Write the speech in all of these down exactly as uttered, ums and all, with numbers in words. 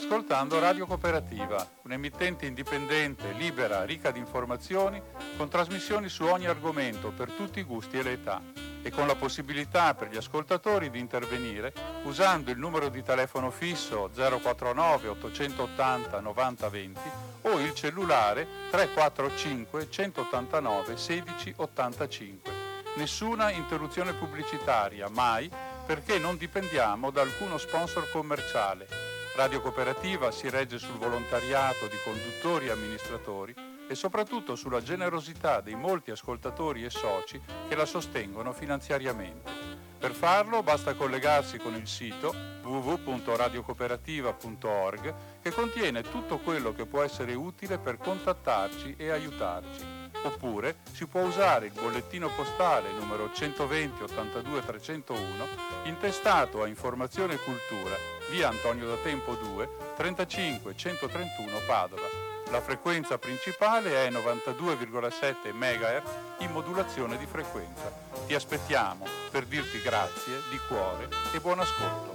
ascoltando Radio Cooperativa, un'emittente indipendente, libera, ricca di informazioni, con trasmissioni su ogni argomento per tutti i gusti e le età, e con la possibilità per gli ascoltatori di intervenire usando il numero di telefono fisso zero quattro nove ottocentottanta novanta venti o il cellulare tre quattro cinque centottantanove sedici ottantacinque. Nessuna interruzione pubblicitaria, mai, perché non dipendiamo da alcuno sponsor commerciale. Radio Cooperativa si regge sul volontariato di conduttori e amministratori e soprattutto sulla generosità dei molti ascoltatori e soci che la sostengono finanziariamente. Per farlo basta collegarsi con il sito w w w punto radiocooperativa punto org, che contiene tutto quello che può essere utile per contattarci e aiutarci. Oppure si può usare il bollettino postale numero centoventi ottantadue trecentouno, intestato a Informazione e Cultura, via Antonio da Tempo due, trentacinque centotrentuno Padova. La frequenza principale è novantadue virgola sette megahertz in modulazione di frequenza. Ti aspettiamo per dirti grazie di cuore e buon ascolto.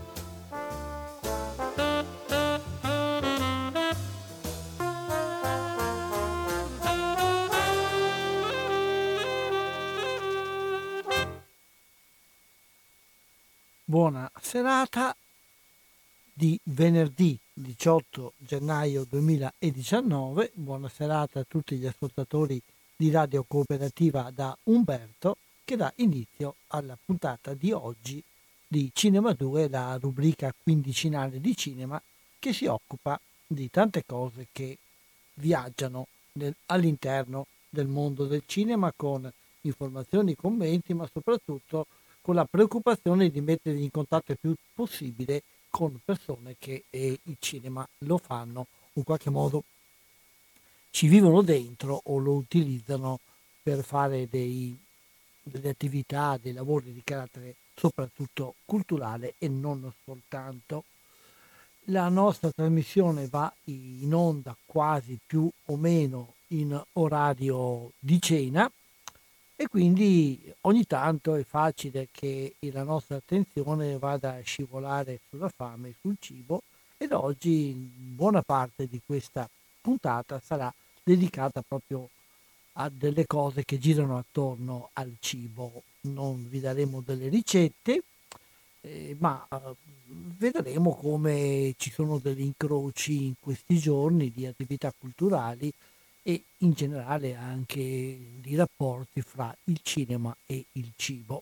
Buona serata di venerdì diciotto gennaio duemiladiciannove, buona serata a tutti gli ascoltatori di Radio Cooperativa da Umberto, che dà inizio alla puntata di oggi di Cinema due, la rubrica quindicinale di cinema che si occupa di tante cose che viaggiano nel, all'interno del mondo del cinema, con informazioni, commenti, ma soprattutto con la preoccupazione di mettere in contatto il più possibile con persone che eh, il cinema lo fanno, in qualche modo ci vivono dentro o lo utilizzano per fare dei, delle attività, dei lavori di carattere soprattutto culturale e non soltanto. La nostra trasmissione va in onda quasi più o meno in orario di cena, e quindi ogni tanto è facile che la nostra attenzione vada a scivolare sulla fame, sul cibo, ed oggi buona parte di questa puntata sarà dedicata proprio a delle cose che girano attorno al cibo. Non vi daremo delle ricette, eh, ma eh, vedremo come ci sono degli incroci in questi giorni di attività culturali e in generale anche di rapporti fra il cinema e il cibo.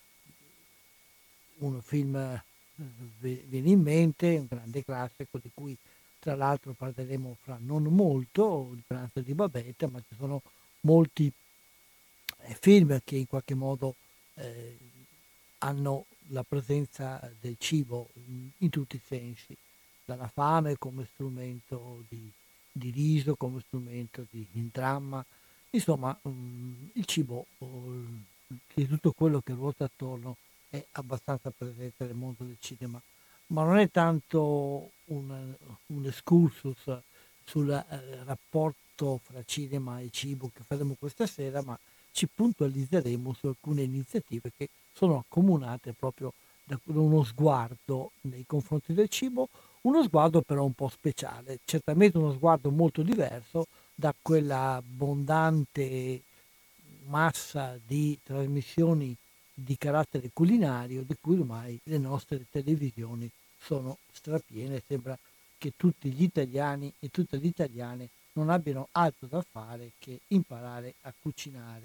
Un film eh, viene in mente, un grande classico di cui tra l'altro parleremo fra non molto, Il pranzo di Babette, ma ci sono molti eh, film che in qualche modo eh, hanno la presenza del cibo in, in tutti i sensi, dalla fame come strumento di di riso, come strumento di, di dramma, insomma um, il cibo, um, di tutto quello che ruota attorno, è abbastanza presente nel mondo del cinema, ma non è tanto un, un excursus sul eh, rapporto fra cinema e cibo che faremo questa sera, ma ci puntualizzeremo su alcune iniziative che sono accomunate proprio da uno sguardo nei confronti del cibo, uno sguardo però un po' speciale, certamente uno sguardo molto diverso da quella abbondante massa di trasmissioni di carattere culinario di cui ormai le nostre televisioni sono strapiene. Sembra che tutti gli italiani e tutte le italiane non abbiano altro da fare che imparare a cucinare.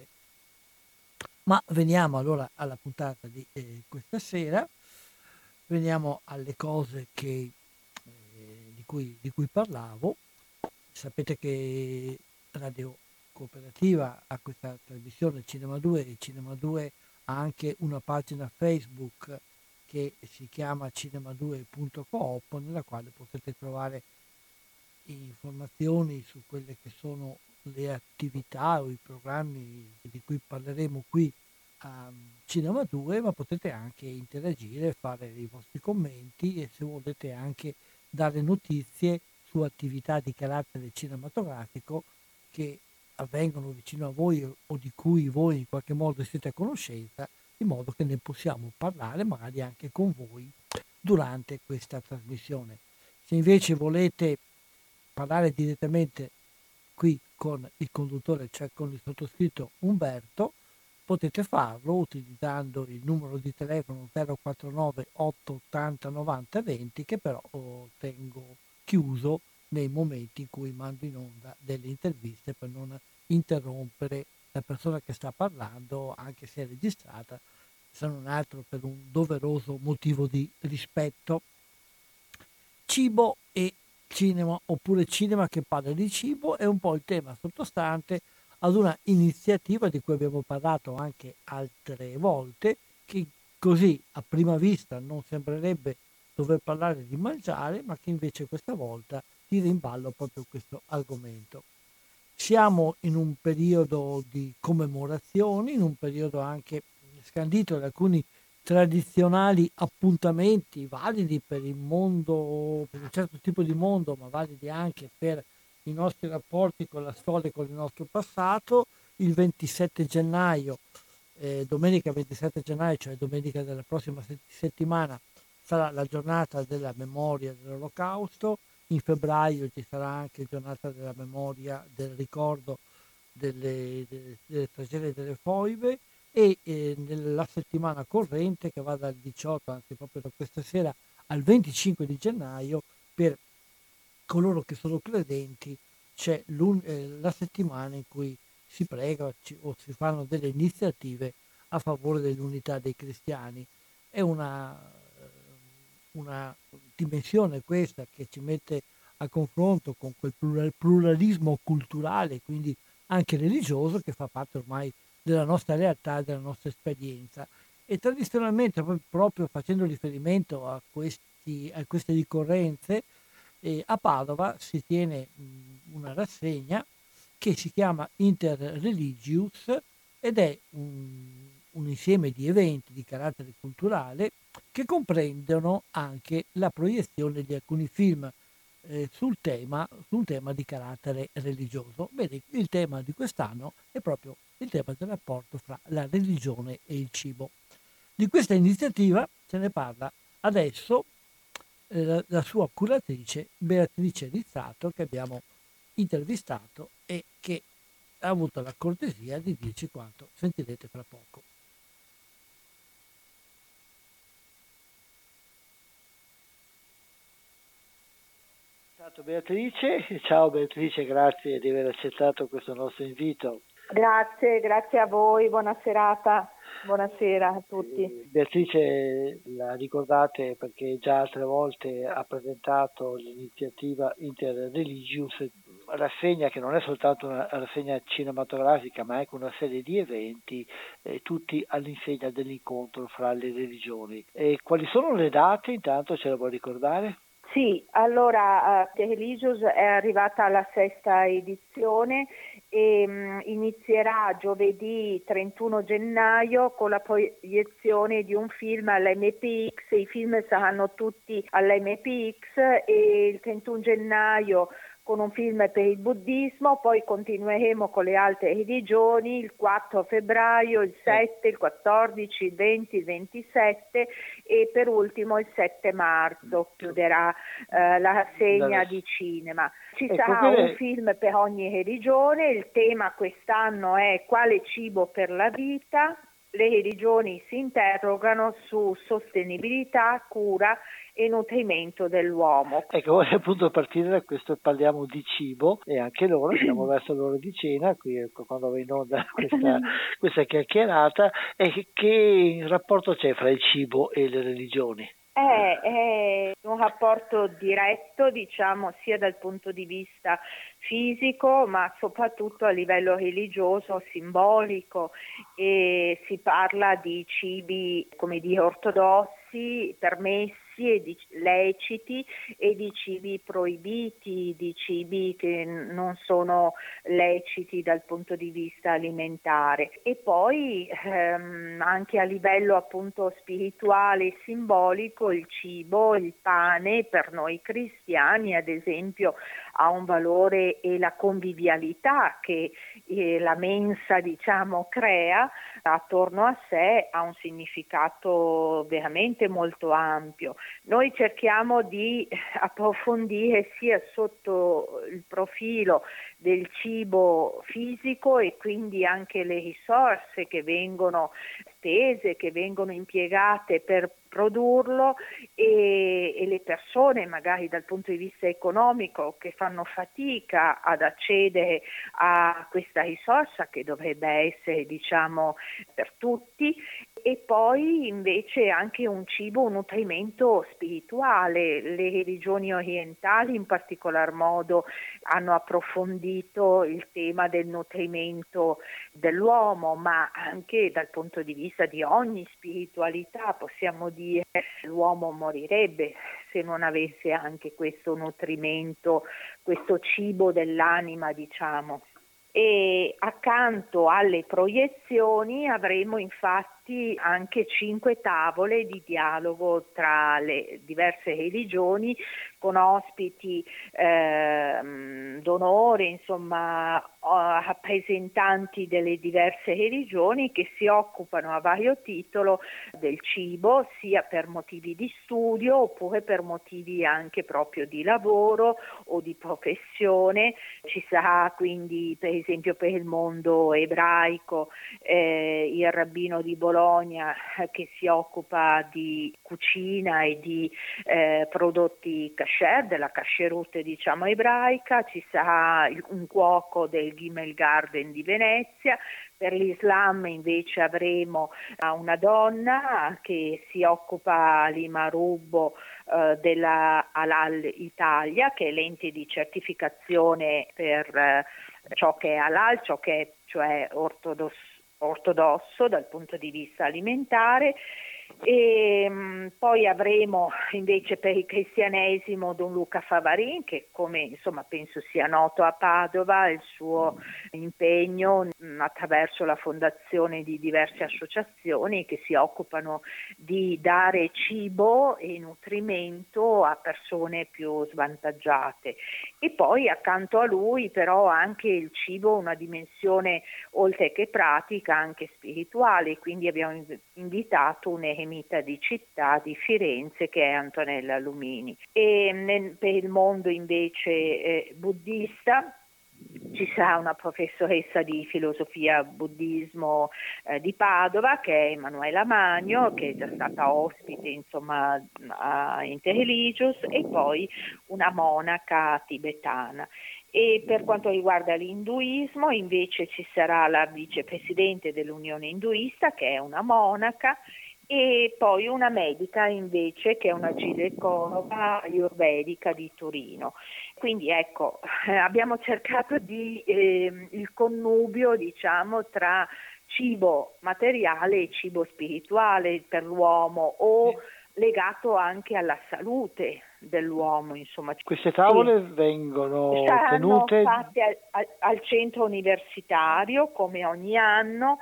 Ma veniamo allora alla puntata di eh, questa sera, veniamo alle cose che Di cui, di cui parlavo. Sapete che Radio Cooperativa ha questa trasmissione Cinema due, e Cinema due ha anche una pagina Facebook che si chiama cinema due punto coop, nella quale potete trovare informazioni su quelle che sono le attività o i programmi di cui parleremo qui a Cinema due, ma potete anche interagire, fare i vostri commenti e se volete anche dare notizie su attività di carattere cinematografico che avvengono vicino a voi o di cui voi in qualche modo siete a conoscenza, in modo che ne possiamo parlare magari anche con voi durante questa trasmissione. Se invece volete parlare direttamente qui con il conduttore, cioè con il sottoscritto Umberto, potete farlo utilizzando il numero di telefono zero quattro nove otto ottanta novanta venti, che però oh, tengo chiuso nei momenti in cui mando in onda delle interviste per non interrompere la persona che sta parlando, anche se è registrata, se non altro per un doveroso motivo di rispetto. Cibo e cinema, oppure cinema che parla di cibo, è un po' il tema sottostante ad una iniziativa di cui abbiamo parlato anche altre volte, che così a prima vista non sembrerebbe dover parlare di mangiare, ma che invece questa volta tira in ballo proprio questo argomento. Siamo in un periodo di commemorazioni, in un periodo anche scandito da alcuni tradizionali appuntamenti validi per il mondo, per un certo tipo di mondo, ma validi anche per i nostri rapporti con la storia e con il nostro passato. Il ventisette gennaio, eh, domenica ventisette gennaio, cioè domenica della prossima settimana, sarà la giornata della memoria dell'Olocausto. In febbraio ci sarà anche la giornata della memoria, del ricordo delle, delle, delle tragedie delle foibe, e eh, nella settimana corrente, che va dal diciotto, anzi proprio da questa sera, al venticinque di gennaio, per coloro che sono credenti, c'è eh, la settimana in cui si prega ci, o si fanno delle iniziative a favore dell'unità dei cristiani. È una, una dimensione questa che ci mette a confronto con quel plural, pluralismo culturale, quindi anche religioso, che fa parte ormai della nostra realtà e della nostra esperienza. E tradizionalmente, proprio facendo riferimento a, questi, a queste ricorrenze, eh, a Padova si tiene mh, una rassegna che si chiama Inter Religius, ed è un, un insieme di eventi di carattere culturale che comprendono anche la proiezione di alcuni film eh, sul tema, su un tema di carattere religioso. Bene, il tema di quest'anno è proprio il tema del rapporto fra la religione e il cibo. Di questa iniziativa se ne parla adesso eh, la, la sua curatrice Beatrice Rizzato, che abbiamo intervistato e che ha avuto la cortesia di dirci quanto sentirete fra poco. Ciao Beatrice, ciao Beatrice, grazie di aver accettato questo nostro invito. Grazie, grazie a voi, buona serata, buonasera a tutti. Beatrice la ricordate perché già altre volte ha presentato l'iniziativa Inter Religius, rassegna che non è soltanto una rassegna cinematografica ma anche una serie di eventi, eh, tutti all'insegna dell'incontro fra le religioni. E quali sono le date? Intanto ce la vuoi ricordare? Sì, allora uh, The Religious è arrivata alla sesta edizione e um, inizierà giovedì trentuno gennaio con la proiezione di un film all'M P X. I film saranno tutti all'M P X, e il trentuno gennaio con un film per il buddismo, poi continueremo con le altre religioni il quattro febbraio, il sette, il quattordici, il venti, il ventisette e per ultimo il sette marzo chiuderà eh, la rassegna di cinema. Ci ecco, sarà quelle... un film per ogni religione, il tema quest'anno è Quale cibo per la vita? Le religioni si interrogano su sostenibilità, cura e nutrimento dell'uomo. Ecco, vorrei appunto partire da questo, parliamo di cibo e anche loro, siamo verso l'ora di cena, qui ecco, quando va in onda questa, questa chiacchierata, e che rapporto c'è fra il cibo e le religioni? È, è un rapporto diretto, diciamo, sia dal punto di vista fisico, ma soprattutto a livello religioso, simbolico, e si parla di cibi, come dire, ortodossi, permessi e di leciti, e di cibi proibiti, di cibi che non sono leciti dal punto di vista alimentare. E poi ehm, anche a livello appunto spirituale e simbolico, il cibo, il pane per noi cristiani ad esempio ha un valore, e la convivialità che eh, la mensa, diciamo, crea attorno a sé ha un significato veramente molto ampio. Noi cerchiamo di approfondire sia sotto il profilo del cibo fisico e quindi anche le risorse che vengono spese, che vengono impiegate per produrlo e, e le persone magari dal punto di vista economico che fanno fatica ad accedere a questa risorsa che dovrebbe essere, diciamo, per tutti. E poi invece anche un cibo, un nutrimento spirituale. Le religioni orientali in particolar modo hanno approfondito il tema del nutrimento dell'uomo, ma anche dal punto di vista di ogni spiritualità possiamo dire che l'uomo morirebbe se non avesse anche questo nutrimento, questo cibo dell'anima, diciamo. E accanto alle proiezioni avremo infatti anche cinque tavole di dialogo tra le diverse religioni, con ospiti eh, d'onore, insomma rappresentanti delle diverse religioni che si occupano a vario titolo del cibo, sia per motivi di studio oppure per motivi anche proprio di lavoro o di professione. Ci sarà quindi per esempio per il mondo ebraico eh, il rabbino di Bologna eh, che si occupa di cucina e di eh, prodotti kasher, della kasherut, diciamo, ebraica. Ci sarà un cuoco del Gimel Garden di Venezia. Per l'Islam invece avremo una donna che si occupa, Lima Rubbo, eh, della Halal Italia, che è l'ente di certificazione per eh, ciò che è halal, ciò che è cioè ortodosso, ortodosso dal punto di vista alimentare. E mh, poi avremo invece per il cristianesimo Don Luca Favarin, che come insomma penso sia noto a Padova, il suo impegno mh, attraverso la fondazione di diverse associazioni che si occupano di dare cibo e nutrimento a persone più svantaggiate. E poi accanto a lui però anche il cibo una dimensione oltre che pratica anche spirituale, quindi abbiamo invitato un eremita di città di Firenze che è Antonella Lumini. E nel, per il mondo invece eh, buddista ci sarà una professoressa di filosofia buddismo eh, di Padova che è Emanuela Magno, che è già stata ospite insomma a Interreligious, e poi una monaca tibetana. E per quanto riguarda l'induismo invece ci sarà la vicepresidente dell'Unione Induista che è una monaca, e poi una medica invece che è una ginecologa ayurvedica di Torino. Quindi ecco, abbiamo cercato di eh, il connubio, diciamo, tra cibo materiale e cibo spirituale per l'uomo, o legato anche alla salute dell'uomo, insomma. Queste tavole sì. vengono Saranno tenute fatte al, al, al centro universitario come ogni anno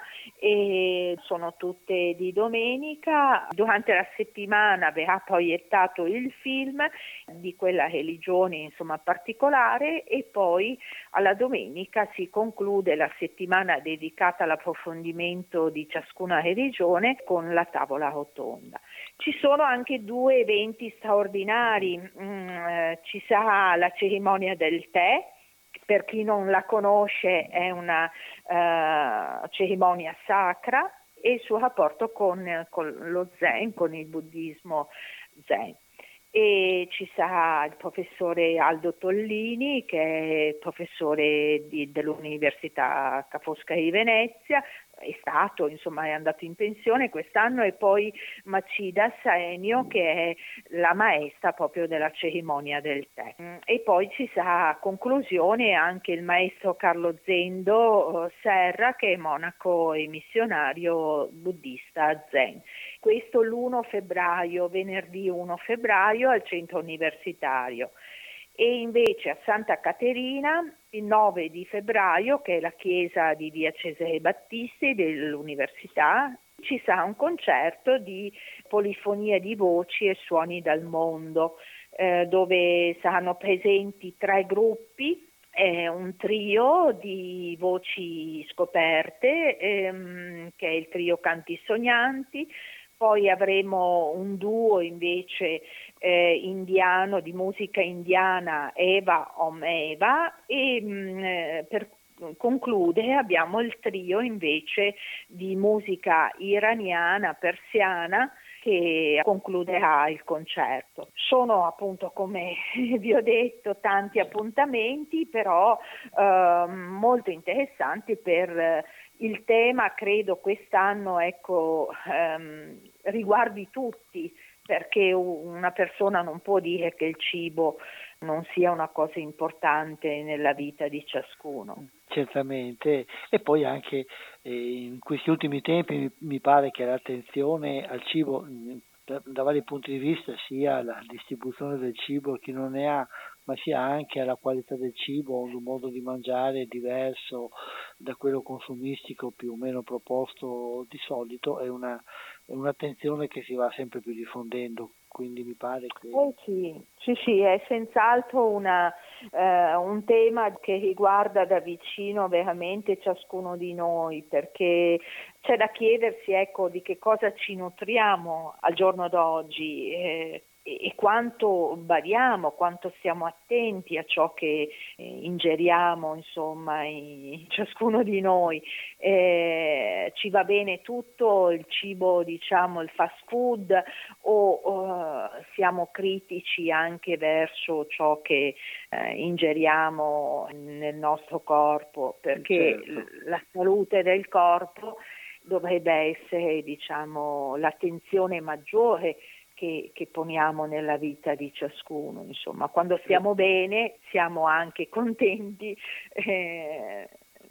e sono tutte di domenica. Durante la settimana verrà proiettato il film di quella religione insomma particolare, e poi alla domenica si conclude la settimana dedicata all'approfondimento di ciascuna religione con la tavola rotonda. Ci sono anche due eventi straordinari. Mm, eh, ci sarà la cerimonia del tè, per chi non la conosce è una uh, cerimonia sacra, e il suo rapporto con, con lo Zen, con il buddismo Zen. E ci sarà il professore Aldo Tollini, che è professore di, dell'Università Ca' Foscari di Venezia, è stato, insomma, è andato in pensione quest'anno, e poi Macida Senio, che è la maestra proprio della cerimonia del tè. E poi ci sarà a conclusione anche il maestro Carlo Zendo Serra, che è monaco e missionario buddista Zen. Questo l'primo febbraio, venerdì primo febbraio al centro universitario. E invece a Santa Caterina il nove di febbraio, che è la chiesa di via Cesare Battisti dell'università, ci sarà un concerto di polifonia di voci e suoni dal mondo. eh, dove saranno presenti tre gruppi, eh, un trio di voci scoperte, ehm, che è il trio Canti Sognanti. Poi avremo un duo invece eh, indiano, di musica indiana, Eva Om Eva, e mh, eh, per conclude abbiamo il trio invece di musica iraniana, persiana, che concluderà il concerto. Sono appunto, come vi ho detto, tanti appuntamenti, però eh, molto interessanti per il tema. Credo quest'anno, ecco, ehm, riguardi tutti, perché una persona non può dire che il cibo non sia una cosa importante nella vita di ciascuno. Certamente, e poi anche eh, in questi ultimi tempi mi, mi pare che l'attenzione al cibo mh, da, da vari punti di vista, sia la distribuzione del cibo a chi non ne ha, ma sia anche alla qualità del cibo, un modo di mangiare diverso da quello consumistico più o meno proposto di solito, è una è un'attenzione che si va sempre più diffondendo, quindi mi pare che... Eh sì, sì, sì, è senz'altro una, eh, un tema che riguarda da vicino veramente ciascuno di noi, perché c'è da chiedersi, ecco, di che cosa ci nutriamo al giorno d'oggi, eh, e quanto badiamo, quanto stiamo attenti a ciò che eh, ingeriamo, insomma, in, ciascuno di noi. Eh, ci va bene tutto il cibo, diciamo, il fast food, o, o siamo critici anche verso ciò che eh, ingeriamo nel nostro corpo, perché Certo. la salute del corpo dovrebbe essere, diciamo, l'attenzione maggiore Che, che poniamo nella vita di ciascuno. Insomma, quando stiamo bene siamo anche contenti, eh,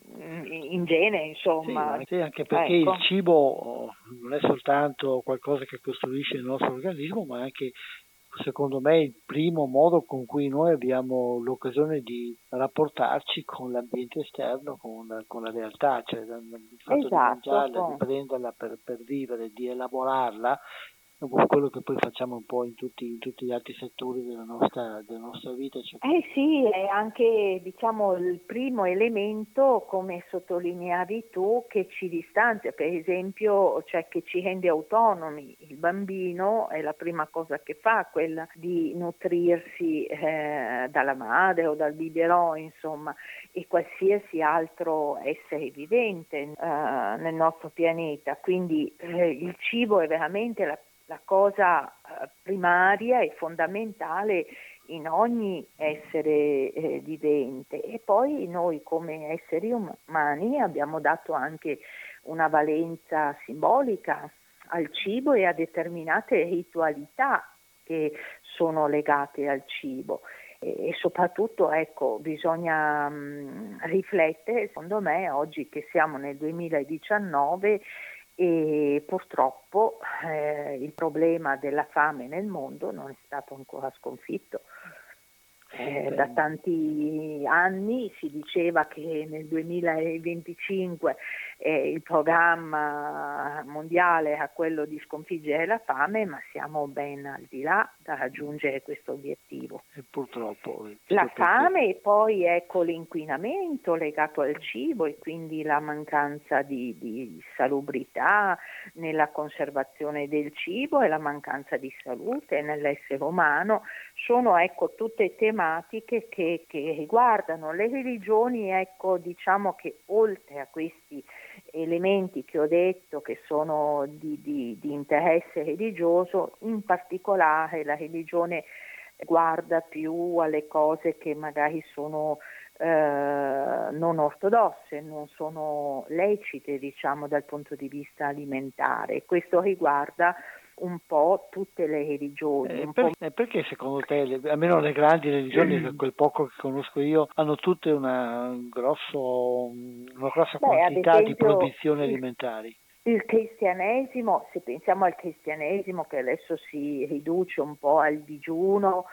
in genere, insomma. Sì, anche perché ecco. il cibo non è soltanto qualcosa che costruisce il nostro organismo, ma anche, secondo me, il primo modo con cui noi abbiamo l'occasione di rapportarci con l'ambiente esterno, con, con la realtà, cioè il fatto Esatto, di mangiarla, con... di prenderla per, per vivere, di elaborarla, è un po' quello che poi facciamo un po' in tutti, in tutti gli altri settori della nostra, della nostra vita. Cioè... Eh sì, è anche, diciamo, il primo elemento, come sottolineavi tu, che ci distanzia, per esempio, cioè che ci rende autonomi. Il bambino è la prima cosa che fa, quella di nutrirsi eh, dalla madre o dal biberò, insomma, e qualsiasi altro essere vivente eh, nel nostro pianeta. Quindi eh, il cibo è veramente la, la cosa eh, primaria e fondamentale in ogni essere eh, vivente. E poi noi come esseri umani abbiamo dato anche una valenza simbolica al cibo e a determinate ritualità che sono legate al cibo. E, e soprattutto, ecco, bisogna mh, riflettere, secondo me, oggi che siamo nel duemiladiciannove, e purtroppo eh, il problema della fame nel mondo non è stato ancora sconfitto. Eh, da tanti anni si diceva che nel duemilaventicinque eh, il programma mondiale era quello di sconfiggere la fame, ma siamo ben al di là da raggiungere questo obiettivo. E purtroppo la fame e poi ecco l'inquinamento legato al cibo e quindi la mancanza di, di salubrità nella conservazione del cibo e la mancanza di salute nell'essere umano sono ecco tutte tematiche che, che riguardano le religioni. Ecco, diciamo che oltre a questi elementi che ho detto che sono di, di, di interesse religioso, in particolare la religione guarda più alle cose che magari sono eh, non ortodosse, non sono lecite, diciamo, dal punto di vista alimentare. Questo riguarda un po' tutte le religioni. Eh, un per, po'... eh, perché secondo te, le, almeno le grandi religioni, quel poco che conosco io, hanno tutte una, un grosso, una grossa Beh, quantità ad esempio, di proibizioni alimentari? Il cristianesimo, se pensiamo al cristianesimo che adesso si riduce un po' al digiuno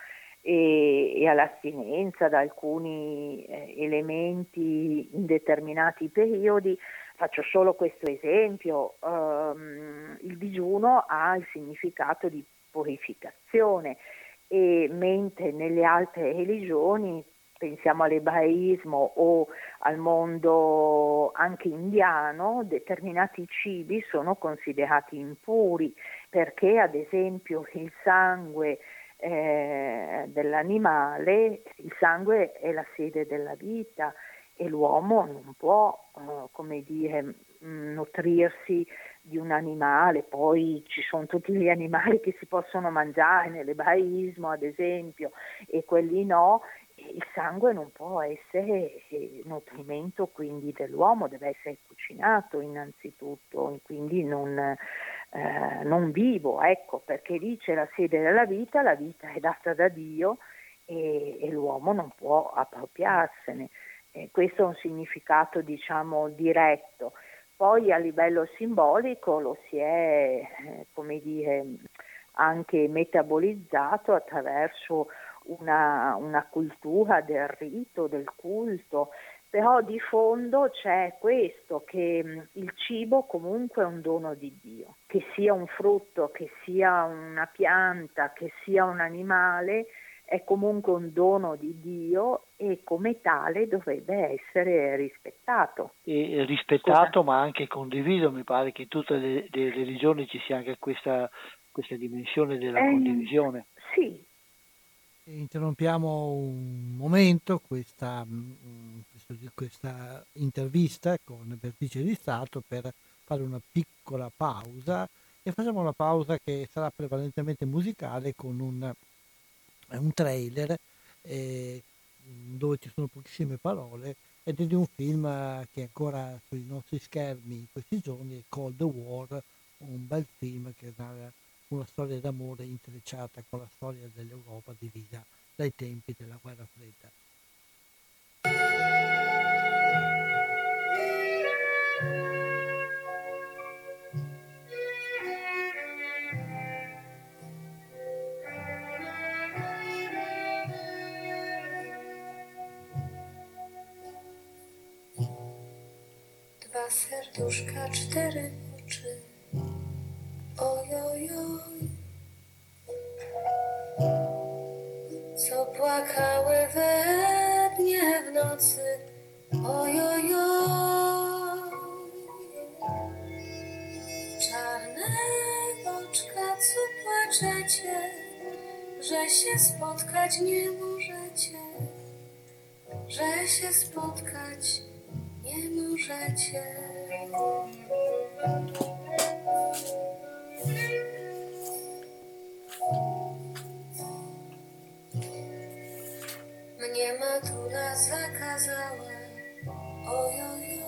e, e all'astinenza da alcuni eh, elementi in determinati periodi, faccio solo questo esempio, um, il digiuno ha il significato di purificazione e mentre nelle altre religioni, pensiamo all'ebraismo o al mondo anche indiano, determinati cibi sono considerati impuri perché ad esempio il sangue eh, dell'animale, il sangue è la sede della vita e l'uomo non può, eh, come dire, mh, nutrirsi di un animale. Poi ci sono tutti gli animali che si possono mangiare nell'ebraismo ad esempio e quelli no. Il sangue non può essere nutrimento quindi dell'uomo, deve essere cucinato innanzitutto, quindi non, eh, non vivo, ecco, perché lì c'è la sede della vita, la vita è data da Dio e, e l'uomo non può appropriarsene. Eh, questo è un significato, diciamo, diretto. Poi a livello simbolico lo si è, eh, come dire, anche metabolizzato attraverso Una, una cultura del rito, del culto, però di fondo c'è questo, che mh, il cibo comunque è un dono di Dio, che sia un frutto, che sia una pianta, che sia un animale, è comunque un dono di Dio e come tale dovrebbe essere rispettato. E rispettato Scusa. ma anche condiviso, mi pare che in tutte le, le religioni ci sia anche questa, questa dimensione della Eh, condivisione. sì. Interrompiamo un momento questa, mh, questo- questa intervista con Beatrice Di Stato per fare una piccola pausa e facciamo una pausa che sarà prevalentemente musicale con un, un trailer eh, dove ci sono pochissime parole ed è di un film eh, che è ancora sui nostri schermi in questi giorni, è Cold War, un bel film che narra una storia d'amore intrecciata con la storia dell'Europa divisa dai tempi della guerra fredda. Dwa serduszka, cztery oczy. Ojojoj, co płakały we dnie w nocy. Ojojoj, czarne oczka, co płaczecie, że się spotkać nie możecie, że się spotkać nie możecie. Mnie matula zakazała, ojojoj,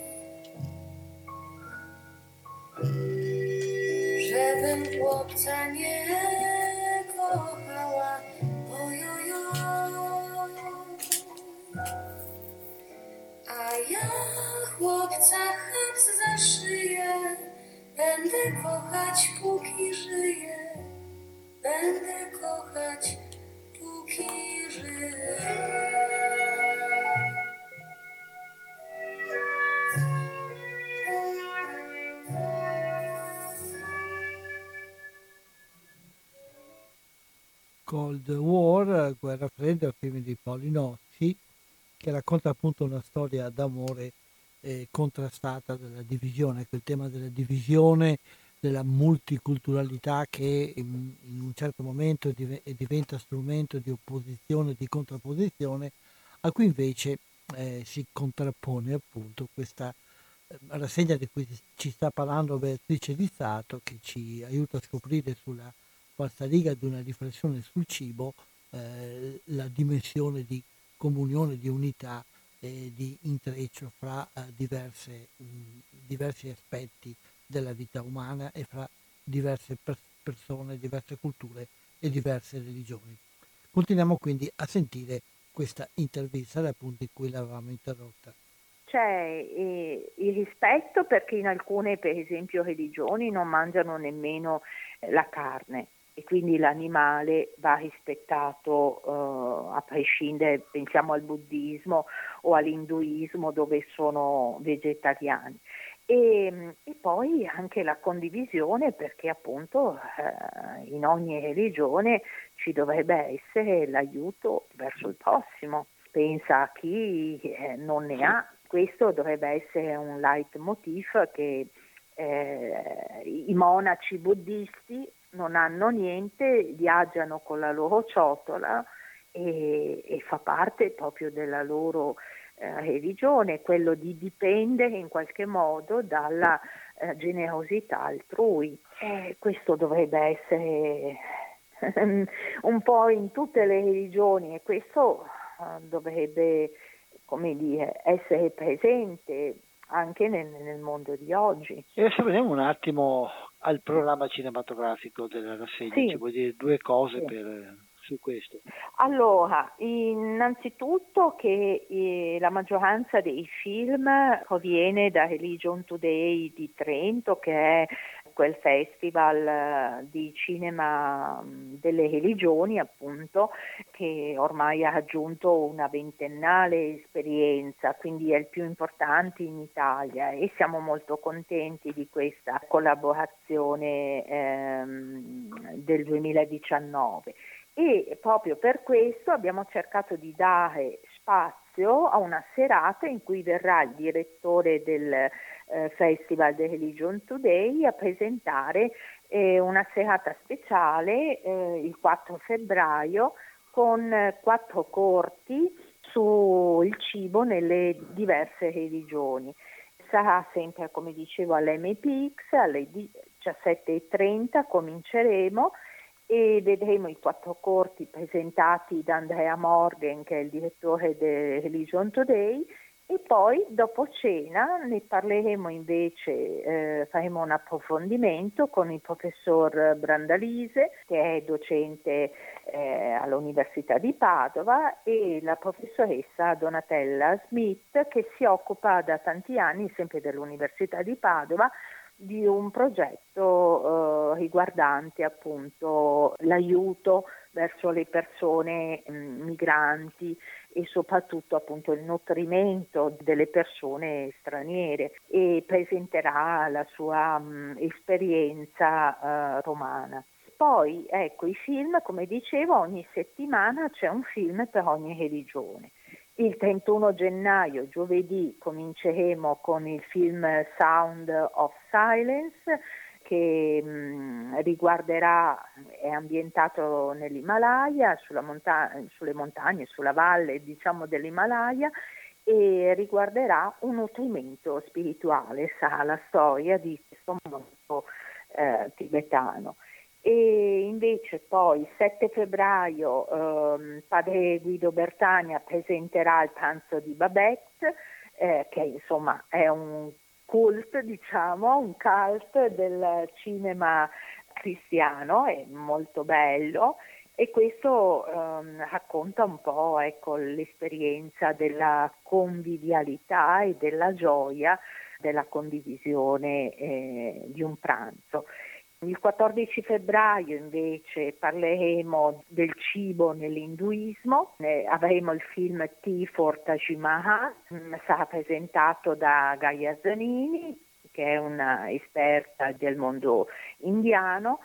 żebym chłopca nie kochała, ojojoj. A ja chłopca chaps za szyję, będę kochać póki żyję, będę kochać póki żyję. Cold War, Guerra Fredda, il film di Polinozzi, che racconta appunto una storia d'amore eh, contrastata dalla divisione, ecco, il tema della divisione, della multiculturalità che in, in un certo momento div- diventa strumento di opposizione, di contrapposizione, a cui invece eh, si contrappone appunto questa eh, rassegna di cui ci sta parlando Beatrice Di Stato, che ci aiuta a scoprire sulla falsariga di una riflessione sul cibo eh, la dimensione di comunione, di unità e di intreccio fra eh, diverse, mh, diversi aspetti della vita umana e fra diverse per- persone, diverse culture e diverse religioni. Continuiamo quindi a sentire questa intervista dal punto in cui l'avevamo interrotta. C'è eh, il rispetto perché in alcune, per esempio, religioni non mangiano nemmeno eh, la carne. e quindi l'animale va rispettato eh, a prescindere, pensiamo al buddismo o all'induismo dove sono vegetariani. E, e poi anche la condivisione, perché appunto eh, in ogni religione ci dovrebbe essere l'aiuto verso il prossimo. Pensa a chi eh, non ne ha. Questo dovrebbe essere un leitmotiv che eh, i monaci buddisti non hanno niente, viaggiano con la loro ciotola e, e fa parte proprio della loro eh, religione, quello di dipendere in qualche modo dalla eh, generosità altrui. E questo dovrebbe essere un po' in tutte le religioni, e questo uh, dovrebbe, come dire, essere presente anche nel, nel mondo di oggi. E adesso veniamo un attimo al programma cinematografico della rassegna, sì. Ci vuoi dire due cose sì. per, su questo? Allora, innanzitutto che eh, la maggioranza dei film proviene da Religion Today di Trento, che è quel festival di cinema delle religioni, appunto, che ormai ha raggiunto una ventennale esperienza, quindi è il più importante in Italia, e siamo molto contenti di questa collaborazione ehm, del duemiladiciannove. E proprio per questo abbiamo cercato di dare spazio a una serata in cui verrà il direttore del eh, Festival The Religion Today a presentare eh, una serata speciale eh, il quattro febbraio con eh, quattro corti sul cibo nelle diverse religioni. Sarà sempre, come dicevo, all'M P X alle diciassette e trenta cominceremo e vedremo i quattro corti presentati da Andrea Morgan, che è il direttore del Religion Today, e poi dopo cena ne parleremo invece, eh, faremo un approfondimento con il professor Brandalise, che è docente eh, all'Università di Padova, e la professoressa Donatella Smith, che si occupa da tanti anni, sempre dell'Università di Padova, di un progetto eh, riguardante appunto l'aiuto verso le persone mh, migranti e soprattutto appunto il nutrimento delle persone straniere, e presenterà la sua mh, esperienza eh, romana. Poi ecco, i film, come dicevo, ogni settimana c'è un film per ogni religione. Il trentuno gennaio, giovedì, cominceremo con il film Sound of Silence, che mh, riguarderà, è ambientato nell'Himalaya, sulla monta- sulle montagne, sulla valle, diciamo, dell'Himalaya, e riguarderà un nutrimento spirituale, sarà la storia di questo mondo eh, tibetano. E invece poi il sette febbraio ehm, padre Guido Bertagna presenterà il pranzo di Babette, eh, che insomma è un cult, diciamo, un cult del cinema cristiano, è molto bello, e questo ehm, racconta un po', ecco, l'esperienza della convivialità e della gioia della condivisione eh, di un pranzo. Il quattordici febbraio invece parleremo del cibo nell'induismo, eh, avremo il film Tea for Taj Mahal, mh, sarà presentato da Gaia Zanini, che è una esperta del mondo indiano,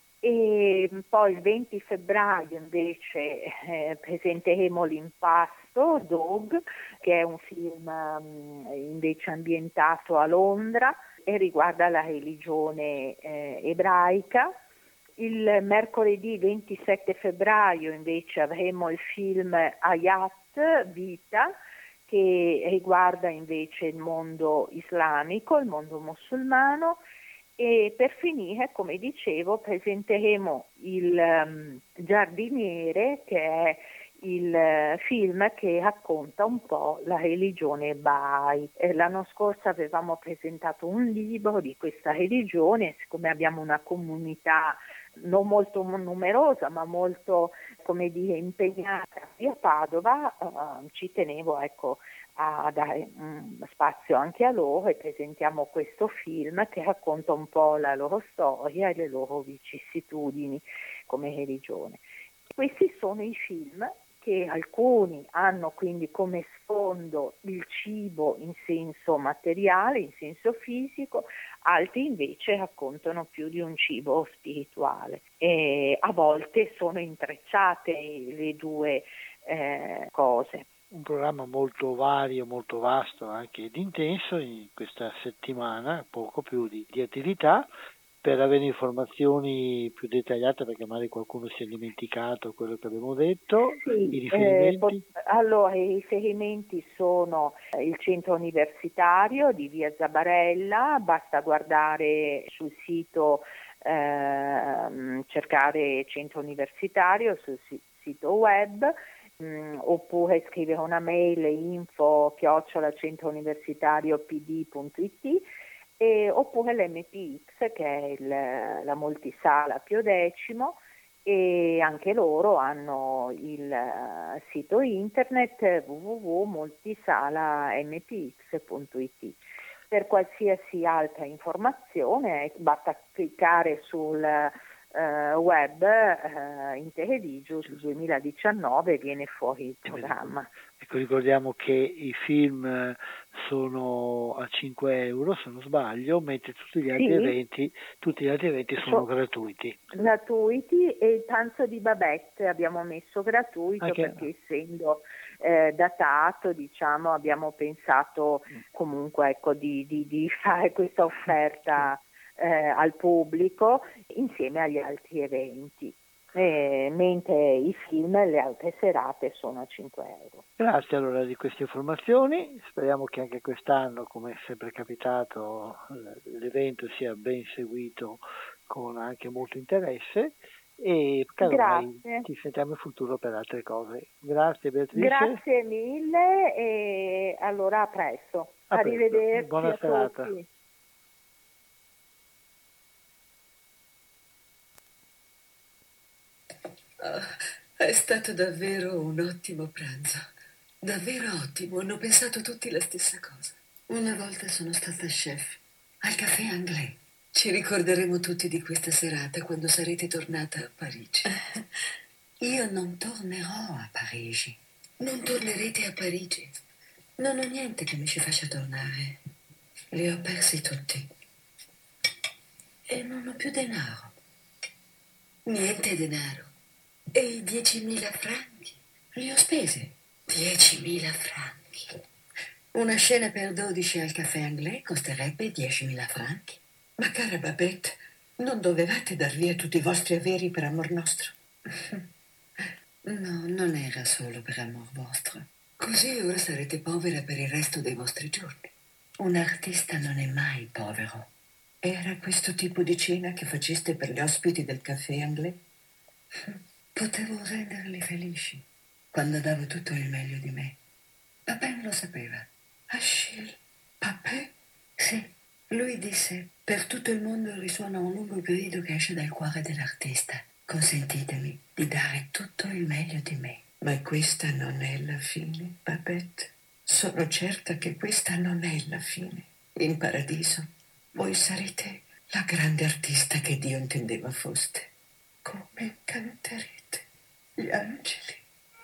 e poi il venti febbraio invece eh, presenteremo l'Impasto Dog, che è un film um, invece ambientato a Londra e riguarda la religione eh, ebraica. Il mercoledì ventisette febbraio invece avremo il film Hayat, Vita, che riguarda invece il mondo islamico, il mondo musulmano. E per finire, come dicevo, presenteremo il um, Giardiniere, che è il uh, film che racconta un po' la religione Bahá'í. Eh, l'anno scorso avevamo presentato un libro di questa religione, siccome abbiamo una comunità non molto numerosa ma molto, come dire, impegnata qui a Padova, uh, ci tenevo, ecco, a dare um, spazio anche a loro, e presentiamo questo film che racconta un po' la loro storia e le loro vicissitudini. come religione. Questi sono i film che alcuni hanno quindi come sfondo il cibo in senso materiale, in senso fisico, altri invece raccontano più di un cibo spirituale. E a volte sono intrecciate le due eh, cose. Un programma molto vario, molto vasto anche ed intenso in questa settimana, poco più di, di attività. Per avere informazioni più dettagliate, perché magari qualcuno si è dimenticato quello che abbiamo detto, sì, i riferimenti? Eh, allora, i riferimenti sono il centro universitario di Via Zabarella, basta guardare sul sito, eh, cercare centro universitario sul sito web, mh, oppure scrivere una mail info chiocciola centrouniversitario p d punto i t. E, oppure l'M P X, che è il, la multisala Pio X, e anche loro hanno il uh, sito internet w w w punto multisala m p x punto i t. Per qualsiasi altra informazione basta cliccare sul uh, web uh, Interreligious duemiladiciannove, viene fuori il programma. Ecco, ricordiamo che i film sono a cinque euro, se non sbaglio, mentre tutti gli altri sì, eventi, tutti gli altri eventi sono so, gratuiti. Gratuiti, e il pranzo di Babette abbiamo messo gratuito Anche... perché essendo eh, datato, diciamo, abbiamo pensato comunque ecco, di, di, di fare questa offerta eh, al pubblico insieme agli altri eventi. Eh, mentre i film e le altre serate sono a cinque euro. Grazie allora di queste informazioni, speriamo che anche quest'anno, come è sempre capitato, l'evento sia ben seguito con anche molto interesse e casomai ci sentiamo in futuro per altre cose. Grazie Beatrice. Grazie mille e allora a presto. A Arrivederci presto. Buona a serata. tutti. Oh, è stato davvero un ottimo pranzo. Davvero ottimo, hanno pensato tutti la stessa cosa. Una volta sono stata chef al Café Anglais. Ci ricorderemo tutti di questa serata quando sarete tornata a Parigi. Io non tornerò a Parigi. Non tornerete a Parigi? Non ho niente che mi ci faccia tornare. Li ho persi tutti. E non ho più denaro. Niente denaro. E i diecimila franchi? Li ho spesi. diecimila franchi. Una scena per dodici al Café Anglais costerebbe diecimila franchi. Ma cara Babette, non dovevate dar via tutti i vostri averi per amor nostro? No, non era solo per amor vostro. Così ora sarete povera per il resto dei vostri giorni. Un artista non è mai povero. Era questo tipo di cena che faceste per gli ospiti del Café Anglais? Potevo renderli felici quando davo tutto il meglio di me. Papin lo sapeva. Achille Papin? Sì. Lui disse: per tutto il mondo risuona un lungo grido che esce dal cuore dell'artista. Consentitemi di dare tutto il meglio di me. Ma questa non è la fine, Babette. Sono certa che questa non è la fine. In paradiso voi sarete la grande artista che Dio intendeva foste. Come canterete gli angeli.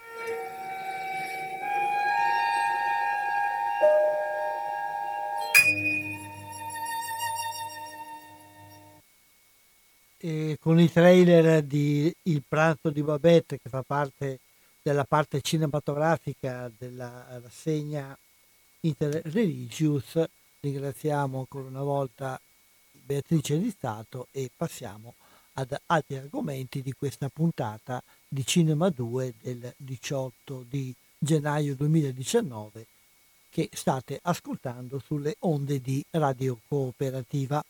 E con i trailer di Il pranzo di Babette, che fa parte della parte cinematografica della rassegna Interreligious, ringraziamo ancora una volta Beatrice Di Stato e passiamo ad altri argomenti di questa puntata di Cinema due del diciotto di gennaio duemiladiciannove che state ascoltando sulle onde di Radio Cooperativa.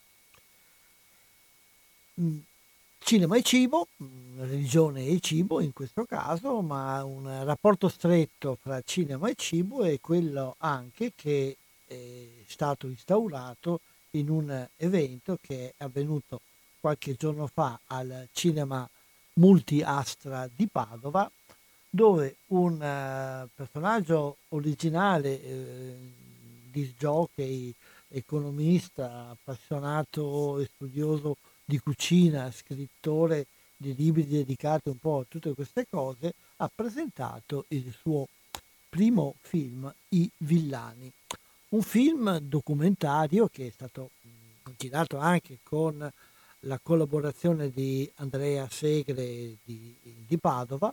Cinema e cibo, religione e cibo in questo caso, ma un rapporto stretto fra cinema e cibo è quello anche che è stato instaurato in un evento che è avvenuto qualche giorno fa al Cinema Multi Astra di Padova, dove un uh, personaggio originale, eh, disc jockey, economista, appassionato e studioso di cucina, scrittore di libri dedicati un po' a tutte queste cose, ha presentato il suo primo film, I Villani. Un film documentario che è stato girato anche con la collaborazione di Andrea Segre di, di Padova.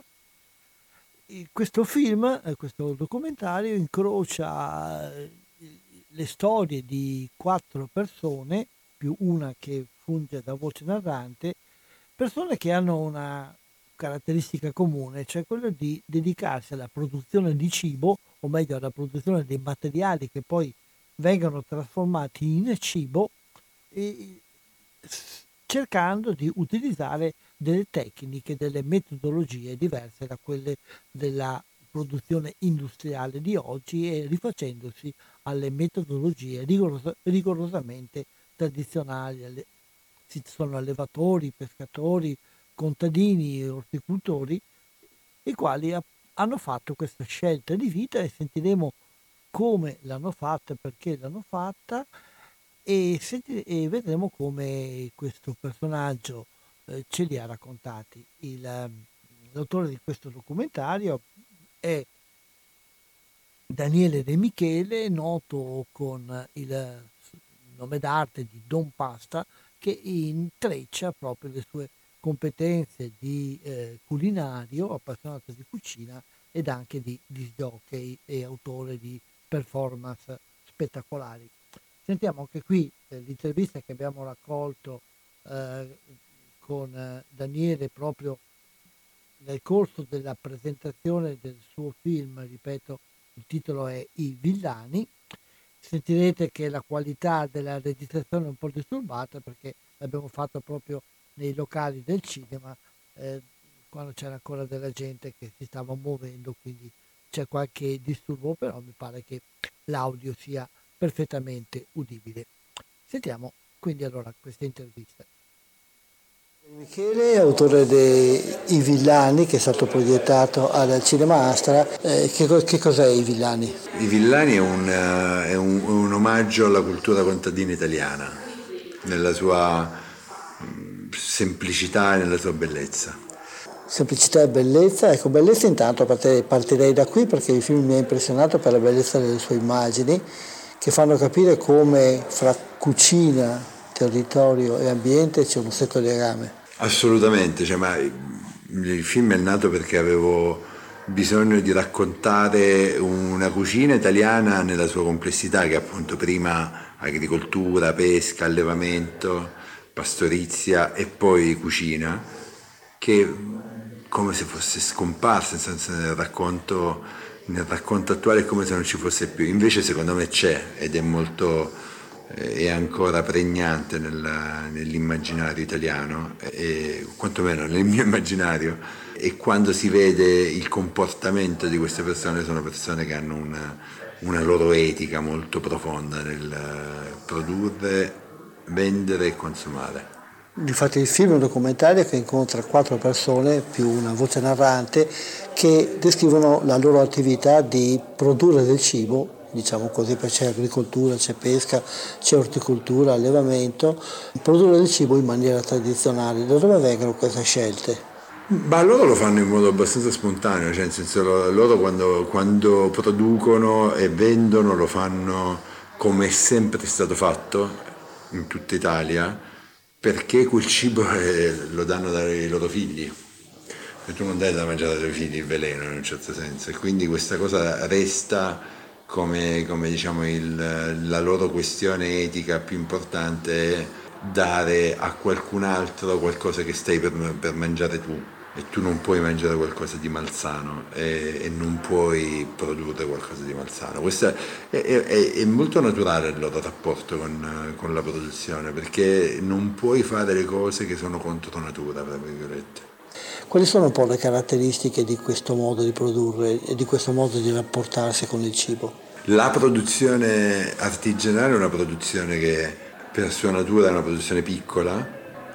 E questo film, questo documentario incrocia le storie di quattro persone, più una che funge da voce narrante, persone che hanno una caratteristica comune, cioè quello di dedicarsi alla produzione di cibo, o meglio alla produzione dei materiali che poi vengono trasformati in cibo, e cercando di utilizzare delle tecniche, delle metodologie diverse da quelle della produzione industriale di oggi e rifacendosi alle metodologie rigoros- rigorosamente tradizionali. Alle, ci sono allevatori, pescatori, contadini e orticoltori, i quali ha, hanno fatto questa scelta di vita, e sentiremo come l'hanno fatta, perché l'hanno fatta, e, senti, e vedremo come questo personaggio eh, ce li ha raccontati. Il, l'autore di questo documentario è Daniele De Michele, noto con il nome d'arte di Don Pasta, che intreccia proprio le sue competenze di eh, culinario, appassionato di cucina ed anche di disc jockey e autore di performance spettacolari. Sentiamo anche qui eh, l'intervista che abbiamo raccolto eh, con eh, Daniele proprio nel corso della presentazione del suo film, ripeto, il titolo è I Villani. Sentirete che la qualità della registrazione è un po' disturbata perché l'abbiamo fatto proprio nei locali del cinema, eh, quando c'era ancora della gente che si stava muovendo, quindi c'è qualche disturbo, però mi pare che l'audio sia perfettamente udibile. Sentiamo quindi allora questa intervista. Michele, autore di I Villani, che è stato proiettato al Cinema Astra. Eh, che, che cos'è I Villani? I Villani è un, uh, è un, un omaggio alla cultura contadina italiana, nella sua um, semplicità e nella sua bellezza. Semplicità e bellezza, ecco, bellezza intanto partirei da qui perché il film mi ha impressionato per la bellezza delle sue immagini, che fanno capire come fra cucina, territorio e ambiente c'è uno stretto legame. Assolutamente, cioè, ma il film è nato perché avevo bisogno di raccontare una cucina italiana nella sua complessità, che appunto prima agricoltura, pesca, allevamento, pastorizia e poi cucina, che come se fosse scomparsa, nel senso nel racconto, nel racconto attuale è come se non ci fosse più. Invece secondo me c'è ed è molto è ancora pregnante nel, nell'immaginario italiano, e quantomeno nel mio immaginario, e quando si vede il comportamento di queste persone, sono persone che hanno una, una loro etica molto profonda nel produrre, vendere e consumare. Infatti il film è un documentario che incontra quattro persone più una voce narrante che descrivono la loro attività di produrre del cibo, diciamo così, perché c'è agricoltura, c'è pesca, c'è orticoltura, allevamento, produrre del cibo in maniera tradizionale. Da dove vengono queste scelte? Ma loro lo fanno in modo abbastanza spontaneo, cioè nel senso loro quando, quando producono e vendono lo fanno come è sempre stato fatto in tutta Italia, perché quel cibo è, lo danno dai loro figli. E tu non dai da mangiare ai tuoi figli il veleno in un certo senso, e quindi questa cosa resta come, come diciamo il, la loro questione etica più importante è dare a qualcun altro qualcosa che stai per, per mangiare tu, e tu non puoi mangiare qualcosa di malsano e, e non puoi produrre qualcosa di malsano. Questo è, è, è, è molto naturale il loro rapporto con, con la produzione, perché non puoi fare le cose che sono contro natura, tra virgolette. Quali sono un po' le caratteristiche di questo modo di produrre e di questo modo di rapportarsi con il cibo? La produzione artigianale è una produzione che per sua natura è una produzione piccola,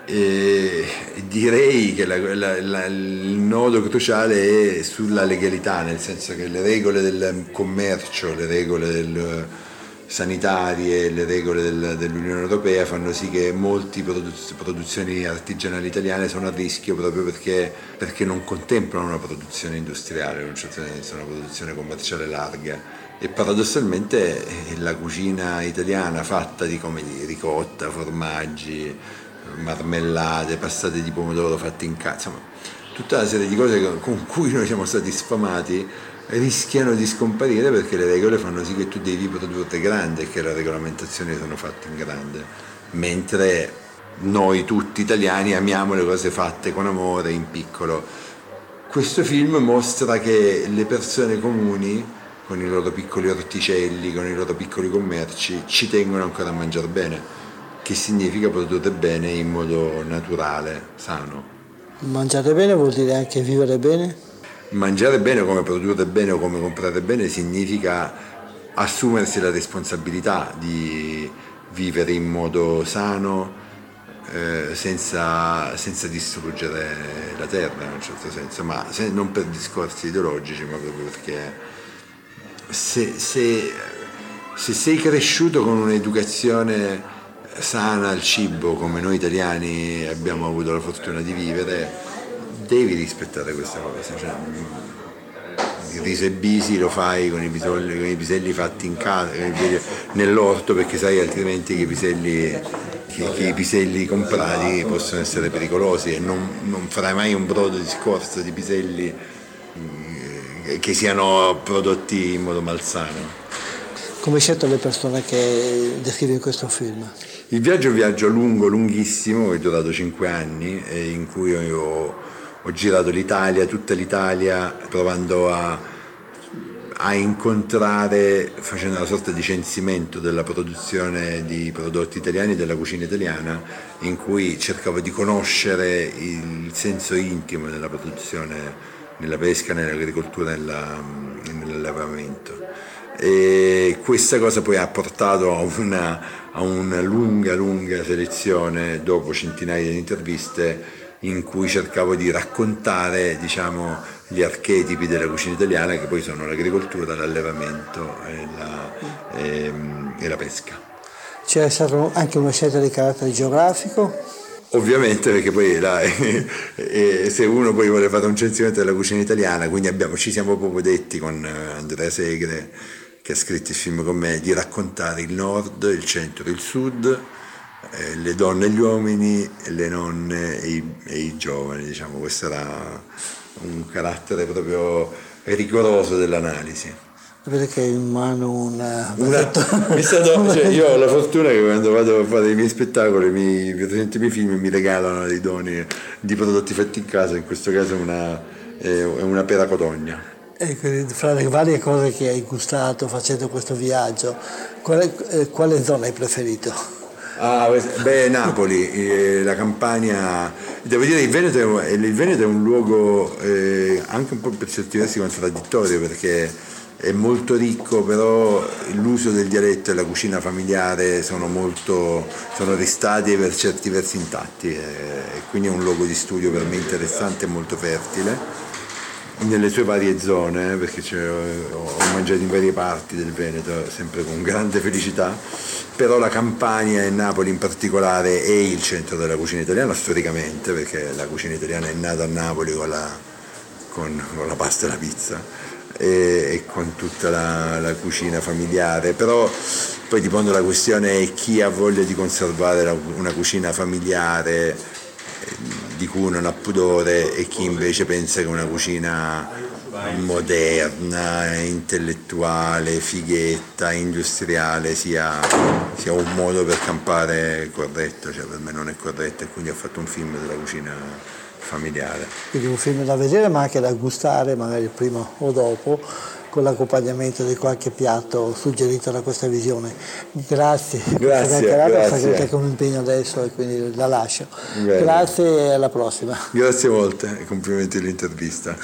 e direi che la, la, la, il nodo cruciale è sulla legalità, nel senso che le regole del commercio, le regole del, sanitarie e le regole del, dell'Unione Europea fanno sì che molte produ- produzioni artigianali italiane sono a rischio proprio perché, perché non contemplano una produzione industriale, in un certo senso una produzione commerciale larga. E paradossalmente la cucina italiana fatta di, come di ricotta, formaggi, marmellate, passate di pomodoro fatte in casa, insomma tutta una serie di cose con cui noi siamo stati sfamati rischiano di scomparire perché le regole fanno sì che tu devi produrre grande e che le regolamentazioni sono fatte in grande, mentre noi tutti italiani amiamo le cose fatte con amore, in piccolo. Questo film mostra che le persone comuni, con i loro piccoli orticelli, con i loro piccoli commerci, ci tengono ancora a mangiare bene, che significa produrre bene in modo naturale, sano. Mangiare bene vuol dire anche vivere bene? Mangiare bene, come produrre bene o come comprare bene, significa assumersi la responsabilità di vivere in modo sano, eh, senza, senza distruggere la terra in un certo senso, ma se, non per discorsi ideologici, ma proprio perché se, se, se sei cresciuto con un'educazione sana al cibo come noi italiani abbiamo avuto la fortuna di vivere, devi rispettare questa cosa, cioè, il riso e bisi lo fai con i, piselli, con i piselli fatti in casa, nell'orto, perché sai altrimenti che i piselli, che, che i piselli comprati possono essere pericolosi, e non, non farai mai un brodo di scorza di piselli eh, che siano prodotti in modo malsano. Come hai scelto le persone che descrivi in questo film? Il viaggio è un viaggio lungo, lunghissimo, che è durato cinque anni, e in cui ho, ho girato l'Italia, tutta l'Italia, provando a, a incontrare, facendo una sorta di censimento della produzione di prodotti italiani, della cucina italiana, in cui cercavo di conoscere il senso intimo della produzione nella pesca, nell'agricoltura e nell'allevamento. E questa cosa poi ha portato a una, a una lunga lunga selezione, dopo centinaia di interviste, in cui cercavo di raccontare, diciamo, gli archetipi della cucina italiana, che poi sono l'agricoltura, l'allevamento e la, e, e la pesca. C'è stata anche una scelta di carattere geografico? Ovviamente, perché poi la, eh, eh, se uno poi vuole fare un censimento della cucina italiana, quindi abbiamo, ci siamo proprio detti con Andrea Segre, che ha scritto il film con me, di raccontare il nord, il centro, il sud, eh, le donne e gli uomini, le nonne e i, e i giovani, diciamo. Questo era un carattere proprio rigoroso dell'analisi. Vedete che è in mano una... una mi stato, cioè, io ho la fortuna che quando vado a fare i miei spettacoli, mi presento i miei film, mi regalano dei doni di prodotti fatti in casa, in questo caso una, è una pera cotogna. E fra le varie cose che hai gustato facendo questo viaggio, quale, eh, quale zona hai preferito? Ah, beh, Napoli, eh, la Campania, devo dire il Veneto è, il Veneto è un luogo eh, anche un po' per certi versi contraddittorio, perché è molto ricco, però l'uso del dialetto e la cucina familiare sono molto sono restati per certi versi intatti, e quindi è un luogo di studio per me interessante e molto fertile nelle sue varie zone, perché ho mangiato in varie parti del Veneto sempre con grande felicità. Però la Campania e Napoli in particolare è il centro della cucina italiana storicamente, perché la cucina italiana è nata a Napoli con la, con, con la pasta e la pizza e, e con tutta la, la cucina familiare. Però poi ti pongo la questione: è chi ha voglia di conservare la, una cucina familiare di cui non ha pudore, e chi invece pensa che una cucina moderna, intellettuale, fighetta, industriale sia, sia un modo per campare corretto. Cioè, per me non è corretto, e quindi ho fatto un film della cucina familiare. Quindi un film da vedere ma anche da gustare, magari prima o dopo, con l'accompagnamento di qualche piatto suggerito da questa visione. Grazie. Grazie, grazie. Perché è un impegno adesso e quindi la lascio. Bene. Grazie e alla prossima. Grazie molte e complimenti dell'intervista.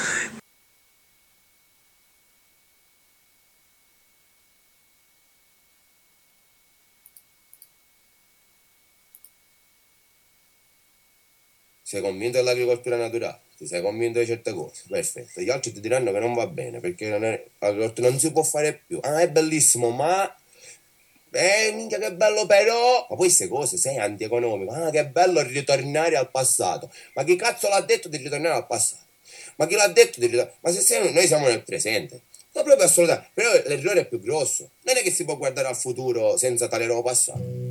Sei convinto dell'agricoltura naturale, ti sei convinto di certe cose, perfetto. Gli altri ti diranno che non va bene perché non, è, non si può fare più. Ah, è bellissimo, ma Eh, minchia che bello però! Ma poi queste cose, sei antieconomico, ah che bello ritornare al passato. Ma chi cazzo l'ha detto di ritornare al passato? Ma chi l'ha detto di ritornare? Ma se siamo, noi siamo nel presente. Ma proprio assolutamente. Però l'errore è più grosso. Non è che si può guardare al futuro senza tale roba passato.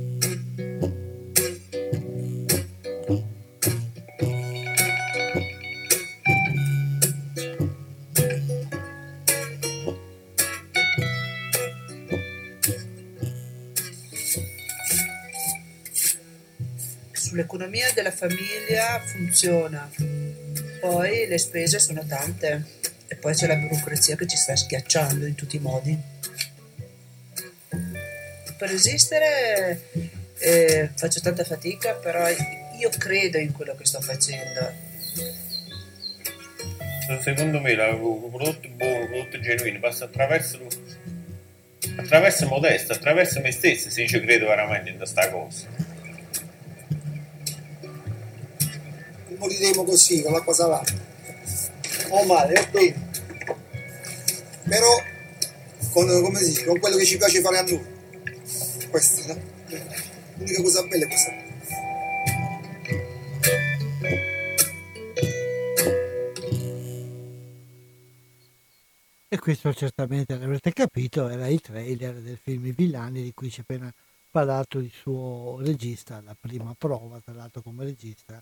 Sull'economia della famiglia funziona, poi le spese sono tante e poi c'è la burocrazia che ci sta schiacciando in tutti i modi. Per resistere eh, faccio tanta fatica, però io credo in quello che sto facendo. Secondo me i prodotti buoni, prodotti genuini passa attraverso attraverso modesto, attraverso me stesso, se ci credo veramente in questa cosa. Moriremo così con l'acqua salata o male o bene, però con, come si dice, con quello che ci piace fare a noi. Questa, no? L'unica cosa bella è questa. E questo certamente l'avrete capito, era il trailer del film I Villani di cui ci ha appena parlato il suo regista, la prima prova tra l'altro come regista,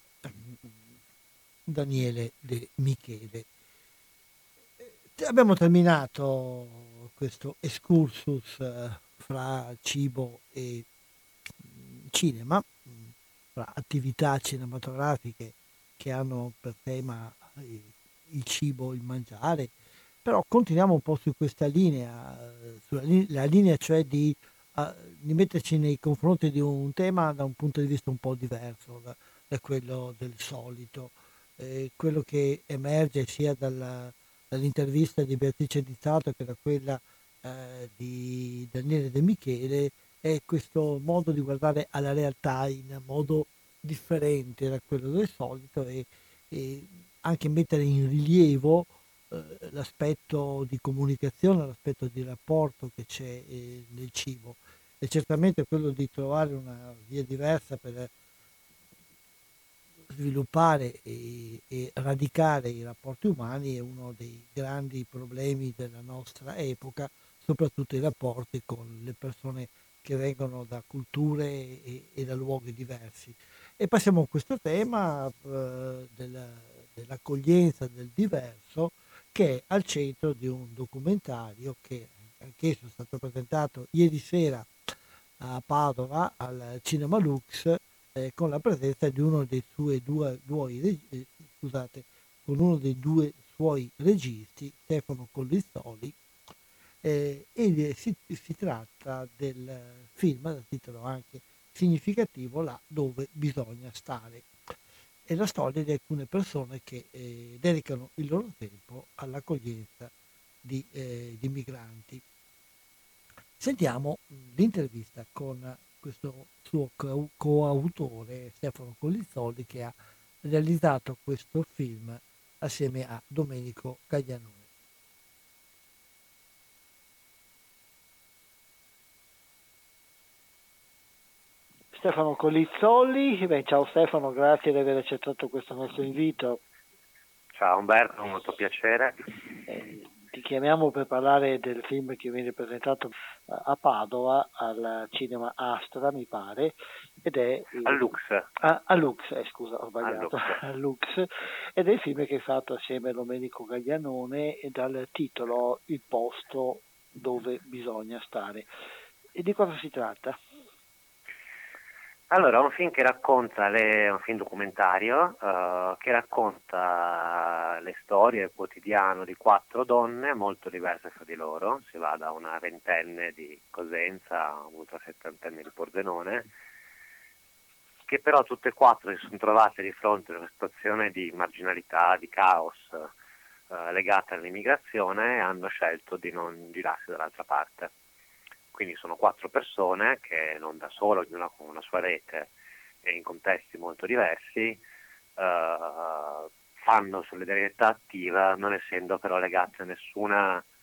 Daniele De Michele. Abbiamo terminato questo excursus eh, fra cibo e cinema, fra attività cinematografiche che hanno per tema il cibo, il mangiare, però continuiamo un po' su questa linea, sulla linea, la linea cioè di, uh, di metterci nei confronti di un tema da un punto di vista un po' diverso da, da quello del solito. Eh, quello che emerge sia dalla, dall'intervista di Beatrice Di Stato che da quella eh, di Daniele De Michele è questo modo di guardare alla realtà in modo differente da quello del solito e, e anche mettere in rilievo eh, l'aspetto di comunicazione, l'aspetto di rapporto che c'è eh, nel cibo. E certamente quello di trovare una via diversa per sviluppare e, e radicare i rapporti umani è uno dei grandi problemi della nostra epoca, soprattutto i rapporti con le persone che vengono da culture e, e da luoghi diversi. E passiamo a questo tema eh, della, dell'accoglienza del diverso, che è al centro di un documentario che anch'esso è stato presentato ieri sera a Padova al Cinema Lux, Eh, con la presenza di uno dei suoi due, due eh, scusate, con uno dei due suoi registi, Stefano Collizzoli, eh, e si, si tratta del film dal titolo anche significativo, Là dove bisogna stare. È la storia di alcune persone che eh, dedicano il loro tempo all'accoglienza di, eh, di migranti. Sentiamo l'intervista con questo suo co- coautore Stefano Collizzoli, che ha realizzato questo film assieme a Domenico Gaglianone. Stefano Collizzoli, beh, ciao Stefano, grazie di aver accettato questo nostro invito. Ciao Umberto, molto piacere. Eh, ti chiamiamo per parlare del film che viene presentato a Padova al cinema Astra, mi pare, ed è il... al Lux. Ah, al Lux, eh, scusa, ho sbagliato. Al Lux. Al Lux, ed è il film che è fatto assieme a Domenico Gaglianone e dal titolo Il posto dove bisogna stare. E di cosa si tratta? Allora, è un film che racconta, le, un film documentario, uh, che racconta le storie, il quotidiano di quattro donne molto diverse fra di loro. Si va da una ventenne di Cosenza a una settantenne di Pordenone, che però tutte e quattro si sono trovate di fronte a una situazione di marginalità, di caos uh, legata all'immigrazione e hanno scelto di non girarsi dall'altra parte. Quindi sono quattro persone che non da solo, ognuna con una sua rete e in contesti molto diversi, eh, fanno solidarietà attiva, non essendo però legate a nessuna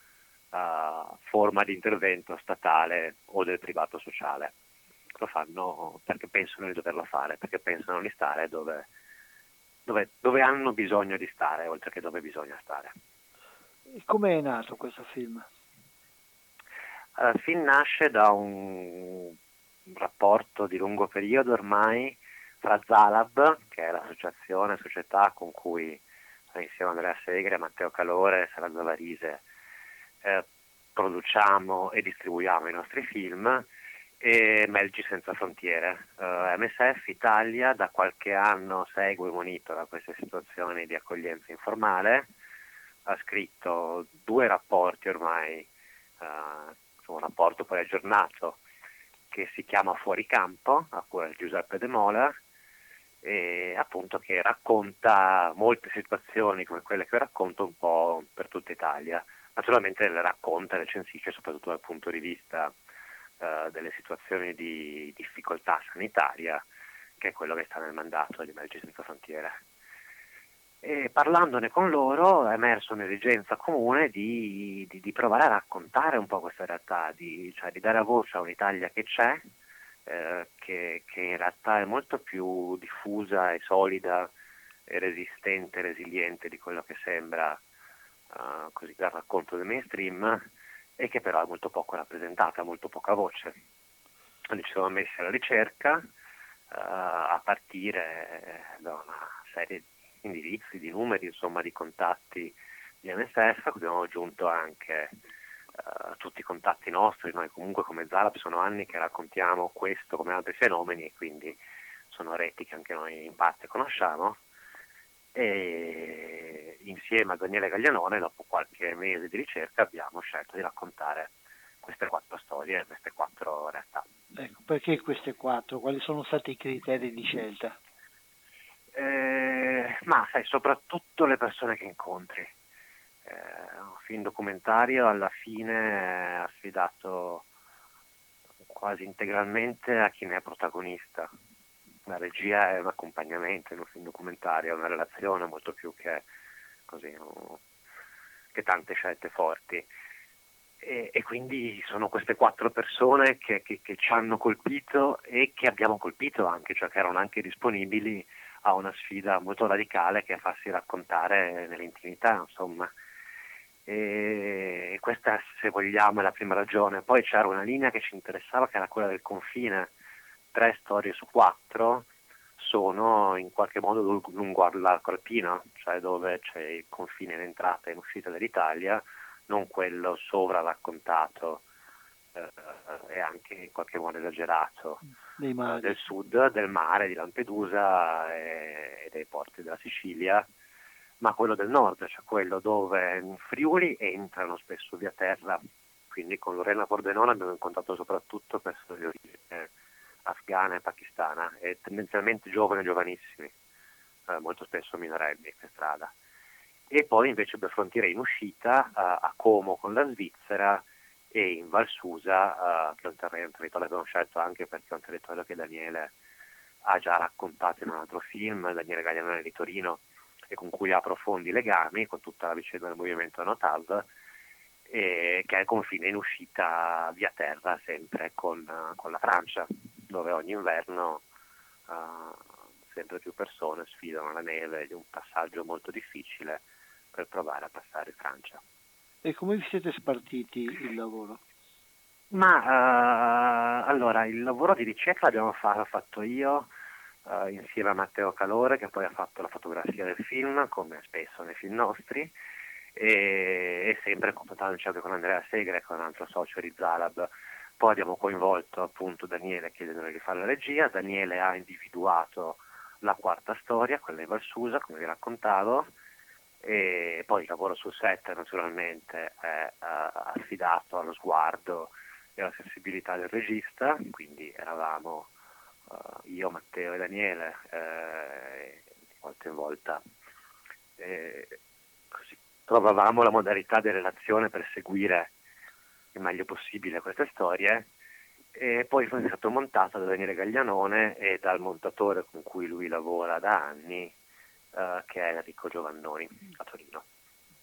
uh, forma di intervento statale o del privato sociale. Lo fanno perché pensano di doverlo fare, perché pensano di stare dove, dove, dove hanno bisogno di stare, oltre che dove bisogna stare. Come è nato questo film? Allora, il film nasce da un rapporto di lungo periodo ormai fra Zalab, che è l'associazione, società con cui insieme a Andrea Segre, Matteo Calore e Sara Zavarise eh, produciamo e distribuiamo i nostri film, e Melgi Senza Frontiere. Uh, M S F Italia da qualche anno segue e monitora queste situazioni di accoglienza informale, ha scritto due rapporti ormai, uh, un rapporto poi aggiornato che si chiama Fuori Campo, a cura di Giuseppe De Mola, e appunto che racconta molte situazioni come quelle che racconto un po' per tutta Italia. Naturalmente le racconta e le censisce soprattutto dal punto di vista Uh, delle situazioni di difficoltà sanitaria, che è quello che sta nel mandato di Medici Senza Frontiere. E parlandone con loro è emersa un'esigenza comune di, di, di provare a raccontare un po' questa realtà, di, cioè di dare voce a un'Italia che c'è, eh, che, che in realtà è molto più diffusa e solida e resistente, resiliente di quello che sembra uh, così dal racconto del mainstream, e che però è molto poco rappresentata, molto poca voce. Quindi ci siamo messi alla ricerca uh, a partire da una serie di indirizzi, di numeri, insomma di contatti di M S F, abbiamo aggiunto anche uh, tutti i contatti nostri. Noi comunque come Zalab sono anni che raccontiamo questo come altri fenomeni, e quindi sono reti che anche noi in parte conosciamo, e insieme a Daniele Gaglianone, dopo qualche mese di ricerca, abbiamo scelto di raccontare queste quattro storie, queste quattro realtà. Ecco, perché queste quattro? Quali sono stati i criteri di scelta? Eh, ma sai, soprattutto le persone che incontri. Eh, un film documentario alla fine è affidato quasi integralmente a chi ne è protagonista. La regia è un accompagnamento in un film documentario, è una relazione molto più che così, no, che tante scelte forti. E, e quindi sono queste quattro persone che, che, che ci hanno colpito e che abbiamo colpito anche, cioè che erano anche disponibili a una sfida molto radicale, che è farsi raccontare nell'intimità, insomma. E questa, se vogliamo, è la prima ragione. Poi c'era una linea che ci interessava, che era quella del confine. Tre storie su quattro sono in qualche modo lungo l'arco alpino, cioè dove c'è il confine in entrata e in uscita dall'Italia, non quello sovra raccontato eh, e anche in qualche modo esagerato dei mari. del sud, del mare, di Lampedusa e, e dei porti della Sicilia, ma quello del nord, cioè quello dove in Friuli entrano spesso via terra. Quindi con Lorena Pordenone abbiamo incontrato soprattutto persone di origine afghana e pakistana, e tendenzialmente giovani e giovanissimi, eh, molto spesso minorenni per strada. E poi invece per frontiere in uscita uh, a Como con la Svizzera e in Val Susa, uh, che è un, terreno, un territorio che abbiamo scelto anche perché è un territorio che Daniele ha già raccontato in un altro film, Daniele Gaglianone di Torino, e con cui ha profondi legami con tutta la vicenda del movimento Notav, e che è il confine in uscita via terra sempre con, uh, con la Francia, dove ogni inverno uh, sempre più persone sfidano la neve di un passaggio molto difficile per provare a passare in Francia. E come vi siete spartiti il lavoro? Ma uh, allora, il lavoro di ricerca l'abbiamo fatto, fatto io uh, insieme a Matteo Calore, che poi ha fatto la fotografia del film, come spesso nei film nostri, e, e sempre confrontandoci anche con Andrea Segre, con un altro socio di Zalab. Poi abbiamo coinvolto appunto Daniele chiedendogli di fare la regia. Daniele ha individuato la quarta storia, quella di Val Susa, come vi raccontavo, e poi il lavoro sul set naturalmente è uh, affidato allo sguardo e alla sensibilità del regista, quindi eravamo uh, io, Matteo e Daniele eh, di volta in volta eh, così trovavamo la modalità di relazione per seguire il meglio possibile queste storie, e poi è stato montato da Daniele Gaglianone e dal montatore con cui lui lavora da anni, uh, che è Enrico Giovannoni a Torino.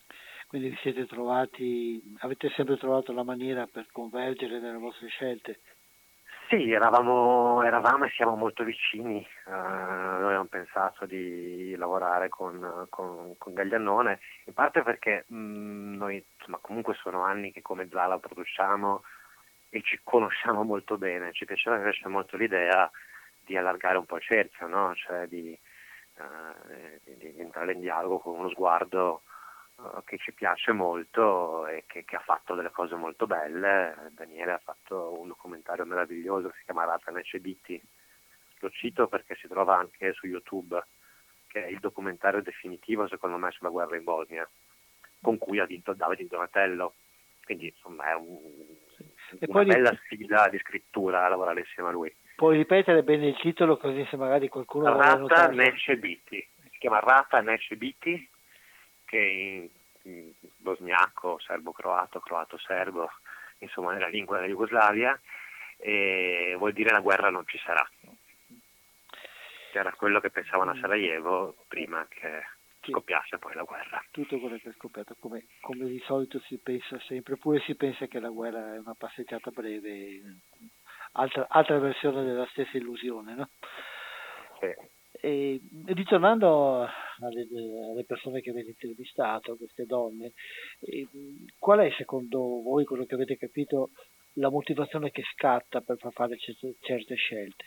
quindi vi siete trovati, avete sempre trovato la maniera per convergere nelle vostre scelte. Sì, eravamo, eravamo e siamo molto vicini. Uh, noi avevamo pensato di lavorare con, con, con Gaglianone, in parte perché mh, noi insomma, comunque sono anni che come Zala produciamo e ci conosciamo molto bene. Ci piaceva invece molto l'idea di allargare un po' il cerchio, no? Cioè di, uh, di, di entrare in dialogo con uno sguardo uh, che ci piace molto e che, che ha fatto delle cose molto belle. Daniele ha fatto un documentario meraviglioso che si chiama Rata Necebiti, lo cito perché si trova anche su YouTube, che è il documentario definitivo secondo me sulla guerra in Bosnia, con cui ha vinto Davide Donatello, quindi insomma è un, e una poi bella sfida di scrittura a lavorare insieme a lui. Puoi ripetere bene il titolo così se magari qualcuno vuole Rata notarlo. Necebiti, si chiama Rata Necebiti, che in, in bosniaco, serbo-croato, croato-serbo, insomma nella lingua della Jugoslavia, e vuol dire la guerra non ci sarà. Che era quello che pensavano a Sarajevo prima che scoppiasse poi la guerra. Tutto quello che è scoppiato, come, come di solito si pensa sempre, oppure si pensa che la guerra è una passeggiata breve, altra, altra versione della stessa illusione, no? Sì. E, e ritornando alle, alle persone che avete intervistato, queste donne, e, qual è secondo voi, quello che avete capito, la motivazione che scatta per far fare certe, certe scelte?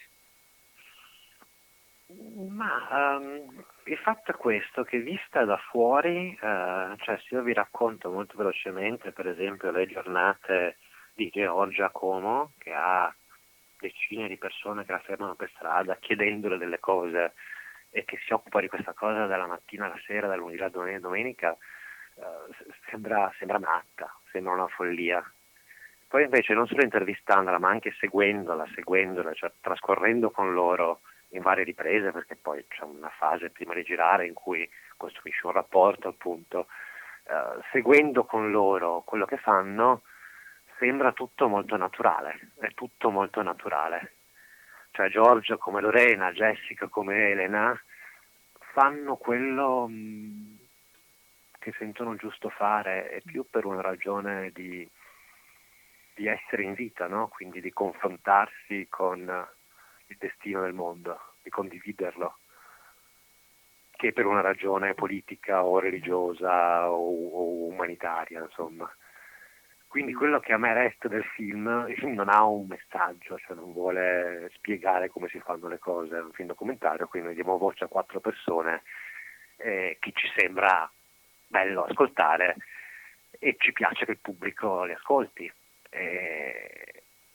Ma um, il fatto è questo, che vista da fuori, uh, cioè se io vi racconto molto velocemente per esempio le giornate di Giorgia Como, che ha decine di persone che la fermano per strada chiedendole delle cose e che si occupa di questa cosa dalla mattina alla sera, dal lunedì alla domenica, domenica uh, sembra, sembra matta, sembra una follia. Poi invece non solo intervistandola ma anche seguendola, seguendola, cioè trascorrendo con loro in varie riprese, perché poi c'è una fase prima di girare in cui costruisci un rapporto appunto, uh, seguendo con loro quello che fanno, sembra tutto molto naturale, è tutto molto naturale. Cioè Giorgio come Lorena, Jessica come Elena fanno quello mh, che sentono giusto fare, e più per una ragione di, di essere in vita, no? Quindi di confrontarsi con il destino del mondo, di condividerlo, che per una ragione politica o religiosa o, o umanitaria, insomma. Quindi quello che a me resta del film, il film non ha un messaggio, cioè non vuole spiegare come si fanno le cose, è un film documentario, quindi noi diamo voce a quattro persone eh, che ci sembra bello ascoltare e ci piace che il pubblico li ascolti. E,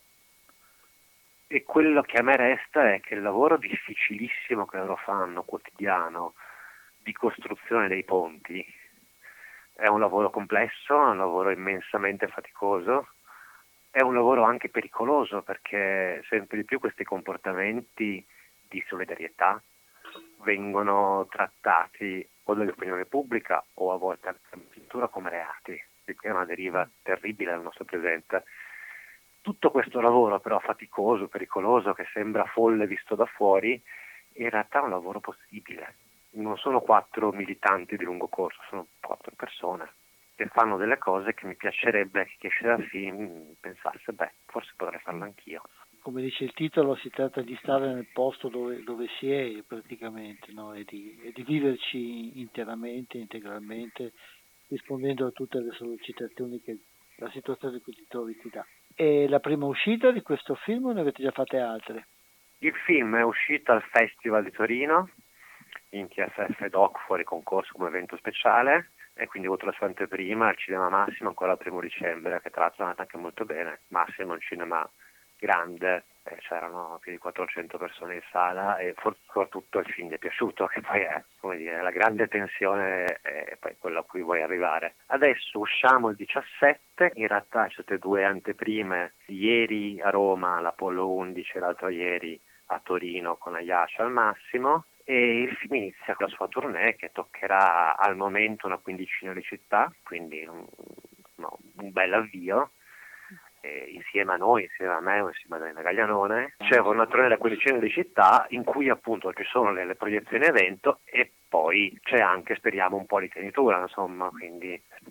e quello che a me resta è che il lavoro difficilissimo che loro fanno, quotidiano, di costruzione dei ponti, è un lavoro complesso, è un lavoro immensamente faticoso, è un lavoro anche pericoloso, perché sempre di più questi comportamenti di solidarietà vengono trattati o dall'opinione pubblica o a volte addirittura come reati, che è una deriva terribile del nostro presente. Tutto questo lavoro però faticoso, pericoloso, che sembra folle visto da fuori, in realtà è un lavoro possibile. Non sono quattro militanti di lungo corso, sono quattro persone che fanno delle cose che mi piacerebbe che chi esce dal film pensasse, beh, forse potrei farlo anch'io. Come dice il titolo, si tratta di stare nel posto dove, dove si è praticamente, no? e, di, e di viverci interamente, integralmente, rispondendo a tutte le sollecitazioni che la situazione in cui ti trovi ti dà. È la prima uscita di questo film o ne avete già fatte altre? Il film è uscito al Festival di Torino, in T F F Doc fuori concorso come evento speciale, e quindi ho avuto la sua anteprima al Cinema Massimo ancora il primo dicembre, che tra l'altro è andata anche molto bene. Massimo è un cinema grande, eh, c'erano più di quattrocento persone in sala e forse soprattutto il film gli è piaciuto, che poi è, come dire, la grande tensione è poi quello a cui vuoi arrivare. Adesso usciamo il diciassette, in realtà ci sono due anteprime, ieri a Roma l'Apollo undici e l'altro ieri a Torino con Ayasha al Massimo, e il film inizia con la sua tournée che toccherà al momento una quindicina di città, quindi un, no, un bel avvio. E insieme a noi, insieme a me, insieme a Daniele Gaglianone, c'è una tournée da quindicina di città in cui appunto ci sono le, le proiezioni evento e poi c'è anche, speriamo, un po' di tenitura, insomma, quindi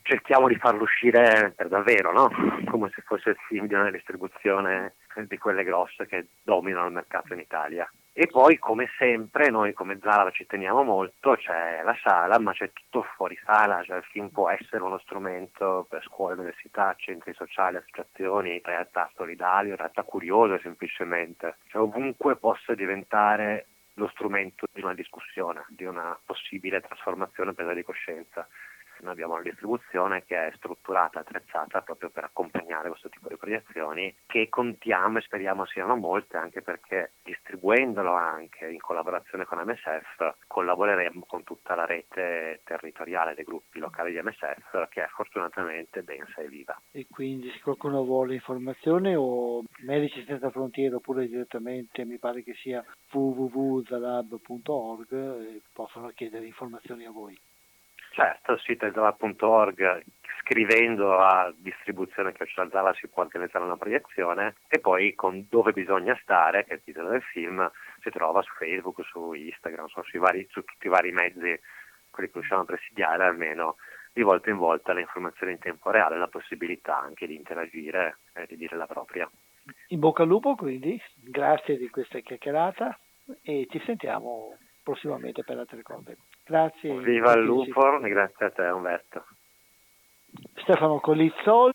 cerchiamo di farlo uscire per davvero, no? Come se fosse il film di una distribuzione di quelle grosse che dominano il mercato in Italia. E poi, come sempre, noi come Zara ci teniamo molto, c'è la sala, ma c'è tutto fuori sala, cioè il film può essere uno strumento per scuole, università, centri sociali, associazioni, realtà solidali, realtà curiose semplicemente, cioè ovunque possa diventare lo strumento di una discussione, di una possibile trasformazione presa di coscienza. Noi abbiamo una distribuzione che è strutturata, attrezzata proprio per accompagnare questo tipo di proiezioni, che contiamo e speriamo siano molte, anche perché distribuendolo anche in collaborazione con M S F collaboreremo con tutta la rete territoriale dei gruppi locali di M S F, che è fortunatamente densa e viva. E quindi se qualcuno vuole informazione o Medici Senza Frontiere oppure direttamente, mi pare che sia w w w punto zalab punto org, eh, possono chiedere informazioni a voi. Certo, il sito è zalab punto org, scrivendo a distribuzione chiocciola Zala si può organizzare una proiezione, e poi con Dove bisogna stare, che è il titolo del film, si trova su Facebook, su Instagram, su, sui vari, su tutti i vari mezzi, quelli che riusciamo a presidiare almeno, di volta in volta le informazioni in tempo reale, la possibilità anche di interagire e di dire la propria. In bocca al lupo quindi, grazie di questa chiacchierata e ci sentiamo prossimamente per altre cose. Grazie. Viva il lupo e grazie a te Umberto. Stefano Colizzoli.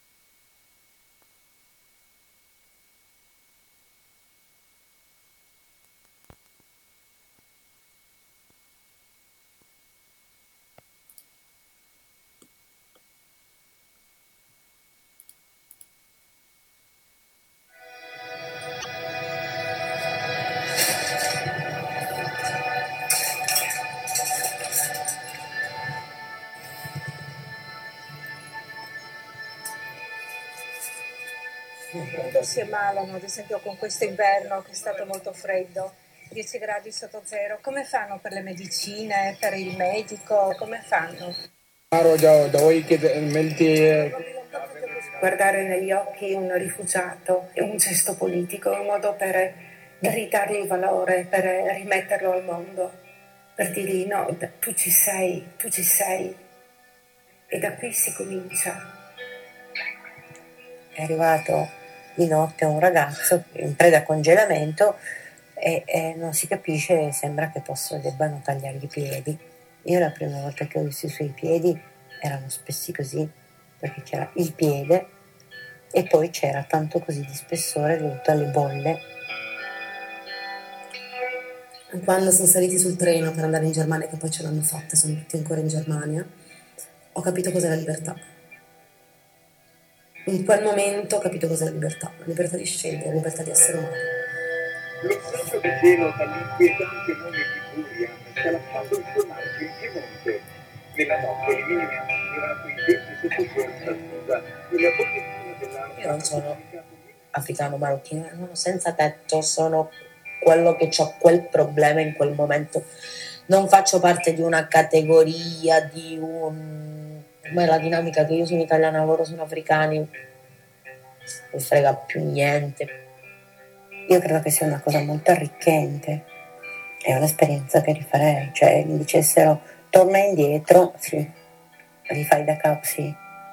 Quando si ammalano, ad esempio con questo inverno che è stato molto freddo, dieci gradi sotto zero, come fanno per le medicine, per il medico, come fanno? Guardare negli occhi un rifugiato è un gesto politico, un modo per, per ridargli il valore, per rimetterlo al mondo, per dirgli no, tu ci sei, tu ci sei. E da qui si comincia. È arrivato di notte un ragazzo in preda a congelamento e, e non si capisce, sembra che possano debbano tagliargli i piedi. Io la prima volta che ho visto i suoi piedi erano spessi così, perché c'era il piede e poi c'era tanto così di spessore dovuto alle bolle. Quando sono saliti sul treno per andare in Germania, che poi ce l'hanno fatta, sono tutti ancora in Germania, ho capito cos'è la libertà. In quel momento ho capito cos'è la libertà, la libertà di scegliere, la libertà di essere umano. Lo straccio di cielo dall'inquietante nome di Buria sta lasciando il suo marchio in Piemonte. Nella notte le minime hanno mirato i venti sotto forza scusa nella posizione della... Io non sono africano marocchino, sono senza tetto, sono quello che ha quel problema in quel momento. Non faccio parte di una categoria, di un... Ma è la dinamica che io sono italiana, loro sono africani, non frega più niente. Io credo che sia una cosa molto arricchente, è un'esperienza che rifarei, cioè mi dicessero torna indietro, sì, rifai da capo, sì.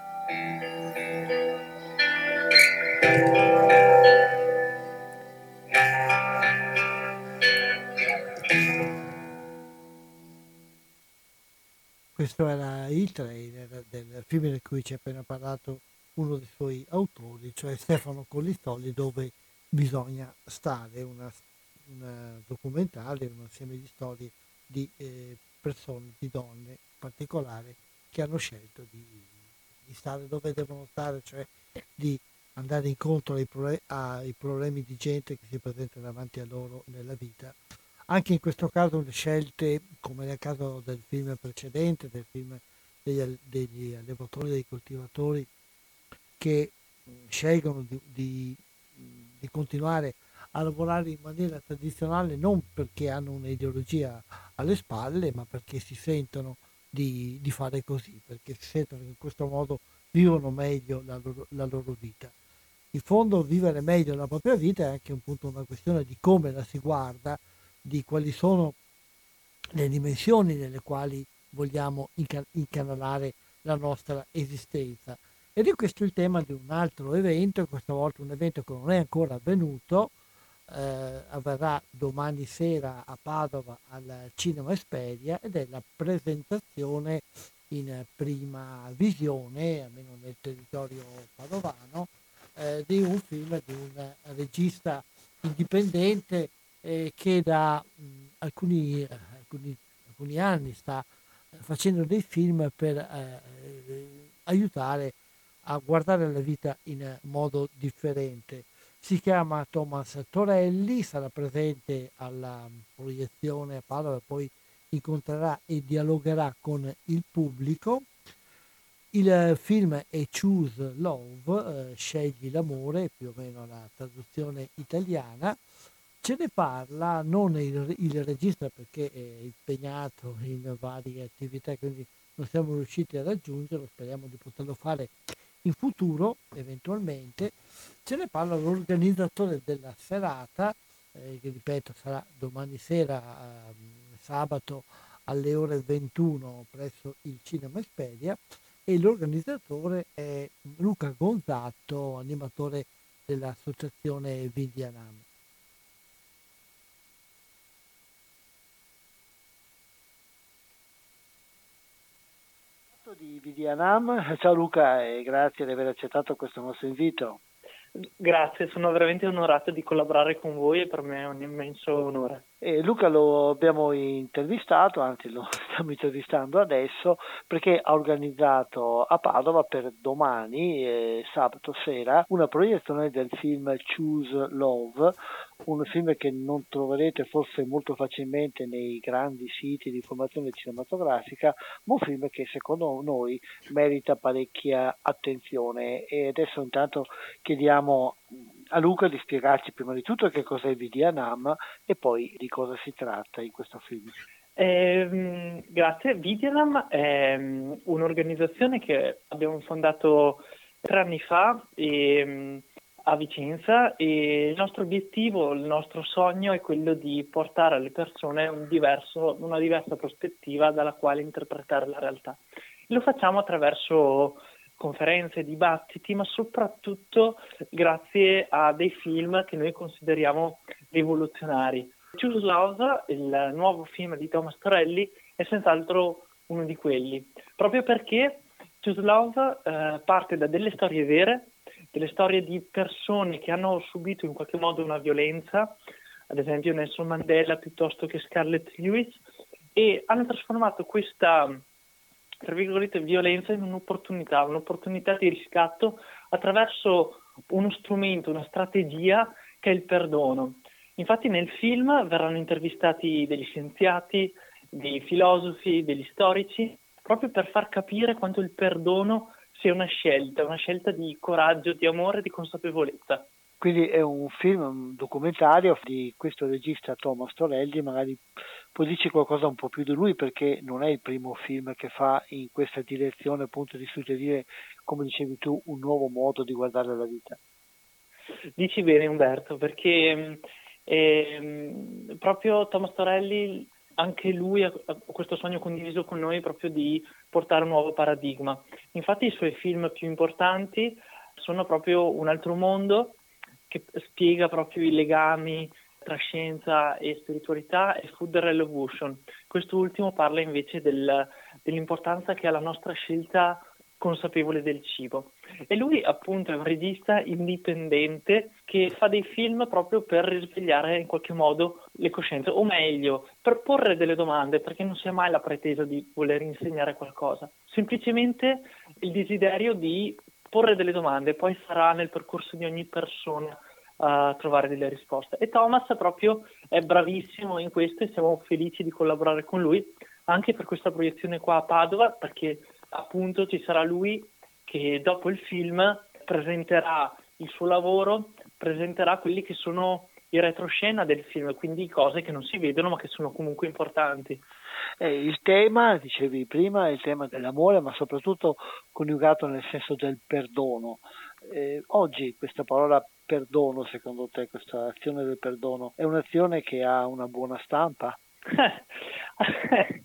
Questo era il trailer del film di cui ci ha appena parlato uno dei suoi autori, cioè Stefano Collistoli, Dove bisogna stare, una, una documentario, un insieme di storie di eh, persone, di donne in particolare, che hanno scelto di, di stare dove devono stare, cioè di andare incontro ai, pro- ai problemi di gente che si presenta davanti a loro nella vita. Anche in questo caso le scelte, come nel caso del film precedente, del film degli, degli allevatori, dei coltivatori, che scelgono di, di, di continuare a lavorare in maniera tradizionale non perché hanno un'ideologia alle spalle, ma perché si sentono di, di fare così, perché si sentono che in questo modo vivono meglio la loro, la loro vita. In fondo vivere meglio la propria vita è anche un punto una questione di come la si guarda, di quali sono le dimensioni nelle quali vogliamo incanalare la nostra esistenza. Ed è questo il tema di un altro evento, questa volta un evento che non è ancora avvenuto, eh, avverrà domani sera a Padova al Cinema Esperia, ed è la presentazione in prima visione, almeno nel territorio padovano, eh, di un film di un regista indipendente eh, che da mh, alcuni, eh, alcuni, alcuni anni sta facendo dei film per eh, aiutare a guardare la vita in modo differente. Si chiama Thomas Torelli, sarà presente alla proiezione a Padova, poi incontrerà e dialogherà con il pubblico. Il film è Choose Love, eh, scegli l'amore, più o meno la traduzione italiana. Ce ne parla non il, il regista perché è impegnato in varie attività, quindi non siamo riusciti a raggiungerlo, speriamo di poterlo fare in futuro, eventualmente. Ce ne parla l'organizzatore della serata, eh, che ripeto sarà domani sera, eh, sabato alle ore ventuno presso il Cinema Esperia, e l'organizzatore è Luca Gonzatto, animatore dell'associazione Vidianam. Di Vidianam. Ciao Luca e grazie di aver accettato questo nostro invito. Grazie, sono veramente onorato di collaborare con voi e per me è un immenso onore. E Luca lo abbiamo intervistato, anzi lo stiamo intervistando adesso, perché ha organizzato a Padova per domani, eh, sabato sera, una proiezione del film Choose Love, un film che non troverete forse molto facilmente nei grandi siti di informazione cinematografica, ma un film che secondo noi merita parecchia attenzione. E adesso intanto chiediamo a Luca di spiegarci prima di tutto che cos'è Vidianam e poi di cosa si tratta in questo film. Eh, grazie. Vidianam è um, un'organizzazione che abbiamo fondato tre anni fa e, um, a Vicenza, e il nostro obiettivo, il nostro sogno è quello di portare alle persone un diverso, una diversa prospettiva dalla quale interpretare la realtà. Lo facciamo attraverso conferenze, dibattiti, ma soprattutto grazie a dei film che noi consideriamo rivoluzionari. Choose Love, il nuovo film di Thomas Torelli, è senz'altro uno di quelli, proprio perché Choose Love eh, parte da delle storie vere, delle storie di persone che hanno subito in qualche modo una violenza, ad esempio Nelson Mandela piuttosto che Scarlett Lewis, e hanno trasformato questa, tra virgolette, violenza in un'opportunità, un'opportunità di riscatto attraverso uno strumento, una strategia che è il perdono. Infatti nel film verranno intervistati degli scienziati, dei filosofi, degli storici, proprio per far capire quanto il perdono sia una scelta, una scelta di coraggio, di amore, di consapevolezza. Quindi è un film, un documentario di questo regista Thomas Torelli, magari puoi dirci qualcosa un po' più di lui, perché non è il primo film che fa in questa direzione, appunto di suggerire, come dicevi tu, un nuovo modo di guardare la vita. Dici bene Umberto, perché eh, proprio Thomas Torelli, anche lui ha questo sogno condiviso con noi proprio di portare un nuovo paradigma. Infatti i suoi film più importanti sono proprio Un altro mondo, che spiega proprio i legami tra scienza e spiritualità, e Food Revolution. Quest'ultimo parla invece del, dell'importanza che ha la nostra scelta consapevole del cibo. E lui appunto è un regista indipendente che fa dei film proprio per risvegliare in qualche modo le coscienze, o meglio, per porre delle domande, perché non si ha mai la pretesa di voler insegnare qualcosa, semplicemente il desiderio di porre delle domande, poi sarà nel percorso di ogni persona a uh, trovare delle risposte. E Thomas proprio è bravissimo in questo e siamo felici di collaborare con lui anche per questa proiezione qua a Padova, perché appunto ci sarà lui che dopo il film presenterà il suo lavoro, presenterà quelli che sono i retroscena del film, quindi cose che non si vedono ma che sono comunque importanti. Eh, il tema, dicevi prima, è il tema dell'amore, ma soprattutto coniugato nel senso del perdono. Eh, oggi questa parola perdono, secondo te, questa azione del perdono, è un'azione che ha una buona stampa?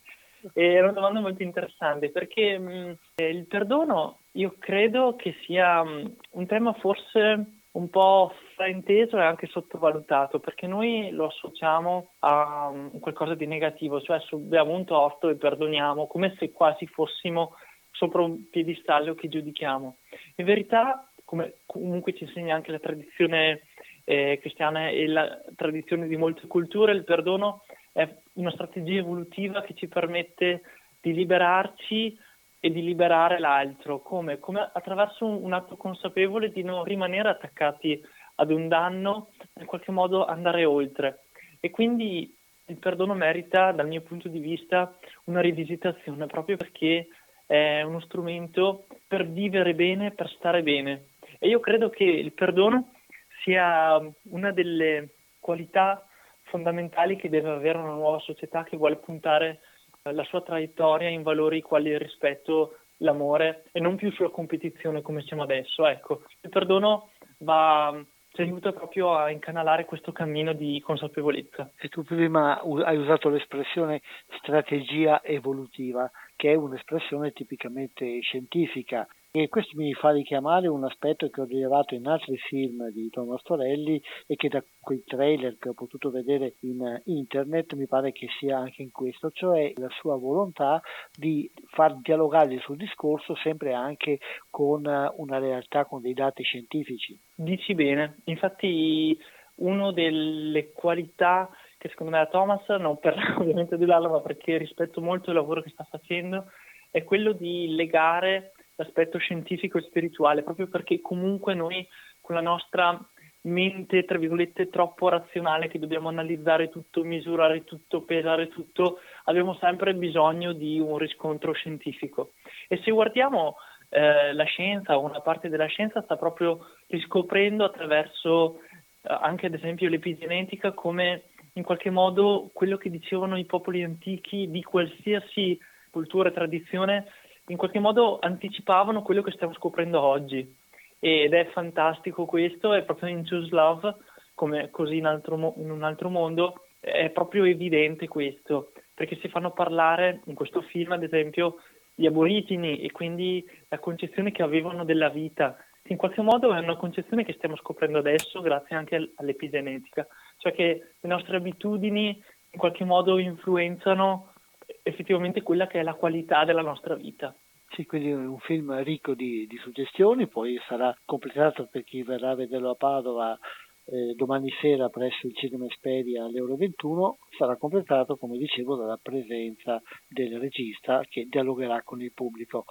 È una domanda molto interessante perché mh, il perdono io credo che sia mh, un tema forse un po' frainteso e anche sottovalutato, perché noi lo associamo a um, qualcosa di negativo, cioè subiamo un torto e perdoniamo, come se quasi fossimo sopra un piedistallo che giudichiamo. In verità, come comunque ci insegna anche la tradizione eh, cristiana e la tradizione di molte culture, il perdono è una strategia evolutiva che ci permette di liberarci e di liberare l'altro, come, come attraverso un, un atto consapevole di non rimanere attaccati ad un danno, in qualche modo andare oltre. E quindi il perdono merita, dal mio punto di vista, una rivisitazione, proprio perché è uno strumento per vivere bene, per stare bene. E io credo che il perdono sia una delle qualità fondamentali che deve avere una nuova società che vuole puntare la sua traiettoria in valori quali il rispetto, l'amore e non più sulla competizione come siamo adesso. Ecco, il perdono va, ci aiuta proprio a incanalare questo cammino di consapevolezza. E tu prima hai usato l'espressione strategia evolutiva, che è un'espressione tipicamente scientifica. E questo mi fa richiamare un aspetto che ho rilevato in altri film di Thomas Torelli e che da quei trailer che ho potuto vedere in internet mi pare che sia anche in questo, cioè la sua volontà di far dialogare il suo discorso sempre anche con una realtà, con dei dati scientifici. Dici bene, infatti una delle qualità che secondo me ha Thomas, non per ovviamente adularlo, ma perché rispetto molto il lavoro che sta facendo, è quello di legare l'aspetto scientifico e spirituale, proprio perché comunque noi con la nostra mente, tra virgolette, troppo razionale, che dobbiamo analizzare tutto, misurare tutto, pesare tutto, abbiamo sempre bisogno di un riscontro scientifico. E se guardiamo eh, la scienza, una parte della scienza sta proprio riscoprendo attraverso eh, anche ad esempio l'epigenetica come in qualche modo quello che dicevano i popoli antichi di qualsiasi cultura e tradizione in qualche modo anticipavano quello che stiamo scoprendo oggi, ed è fantastico questo, è proprio in Choose Love, come così in, altro mo- in un altro mondo, è proprio evidente questo, perché si fanno parlare in questo film ad esempio gli aborigini e quindi la concezione che avevano della vita, che in qualche modo è una concezione che stiamo scoprendo adesso grazie anche all'epigenetica, cioè che le nostre abitudini in qualche modo influenzano effettivamente quella che è la qualità della nostra vita. Sì, quindi è un film ricco di, di suggestioni, poi sarà completato per chi verrà a vederlo a Padova eh, domani sera presso il Cinema Esperia alle ore ventuno, sarà completato, come dicevo, dalla presenza del regista che dialogherà con il pubblico.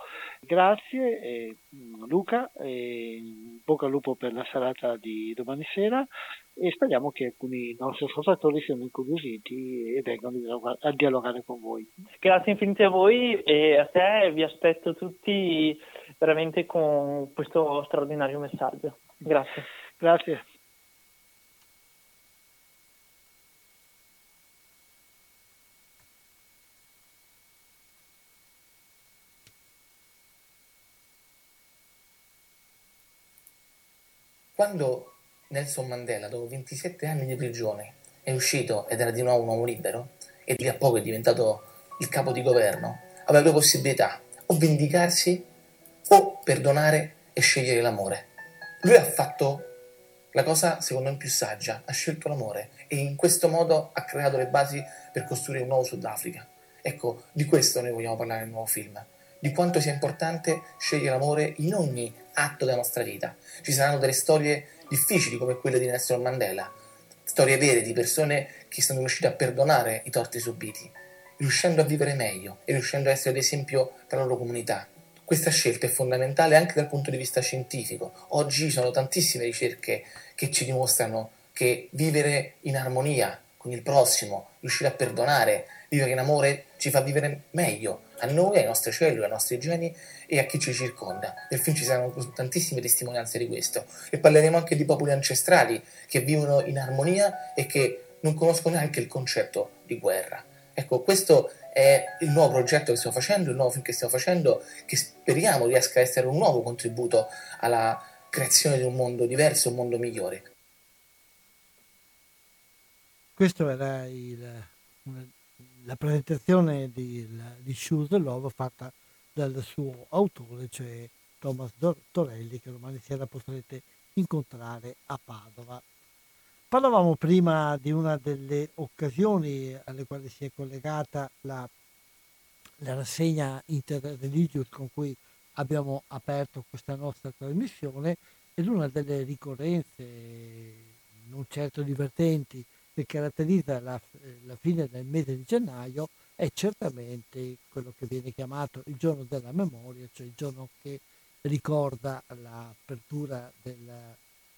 Grazie eh, Luca, eh, bocca al lupo per la serata di domani sera e speriamo che alcuni nostri ascoltatori siano incuriositi e vengano a dialogare con voi. Grazie infinite a voi e a te, vi aspetto tutti veramente con questo straordinario messaggio. Grazie. Grazie. Quando Nelson Mandela, dopo ventisette anni di prigione, è uscito ed era di nuovo un uomo libero, e di a poco è diventato il capo di governo, aveva due possibilità, o vendicarsi o perdonare e scegliere l'amore. Lui ha fatto la cosa secondo me più saggia, ha scelto l'amore e in questo modo ha creato le basi per costruire un nuovo Sudafrica. Ecco, di questo noi vogliamo parlare nel nuovo film, di quanto sia importante scegliere l'amore in ogni atto della nostra vita. Ci saranno delle storie difficili come quelle di Nelson Mandela, storie vere di persone che sono riuscite a perdonare i torti subiti, riuscendo a vivere meglio e riuscendo a essere ad esempio per la loro comunità. Questa scelta è fondamentale anche dal punto di vista scientifico. Oggi ci sono tantissime ricerche che ci dimostrano che vivere in armonia con il prossimo, riuscire a perdonare, vivere in amore ci fa vivere meglio a noi, alle nostre cellule, ai nostri geni e a chi ci circonda. Nel film ci saranno tantissime testimonianze di questo e parleremo anche di popoli ancestrali che vivono in armonia e che non conoscono neanche il concetto di guerra. Ecco, questo è il nuovo progetto che stiamo facendo, il nuovo film che stiamo facendo, che speriamo riesca a essere un nuovo contributo alla creazione di un mondo diverso, un mondo migliore. Questo era il, un, la presentazione di, di Choose the Love fatta dal suo autore, cioè Thomas Torelli, che domani sera potrete incontrare a Padova. Parlavamo prima di una delle occasioni alle quali si è collegata la, la rassegna Interreligious con cui abbiamo aperto questa nostra trasmissione, ed una delle ricorrenze non certo divertenti che caratterizza la, la fine del mese di gennaio è certamente quello che viene chiamato il giorno della memoria, cioè il giorno che ricorda l'apertura del,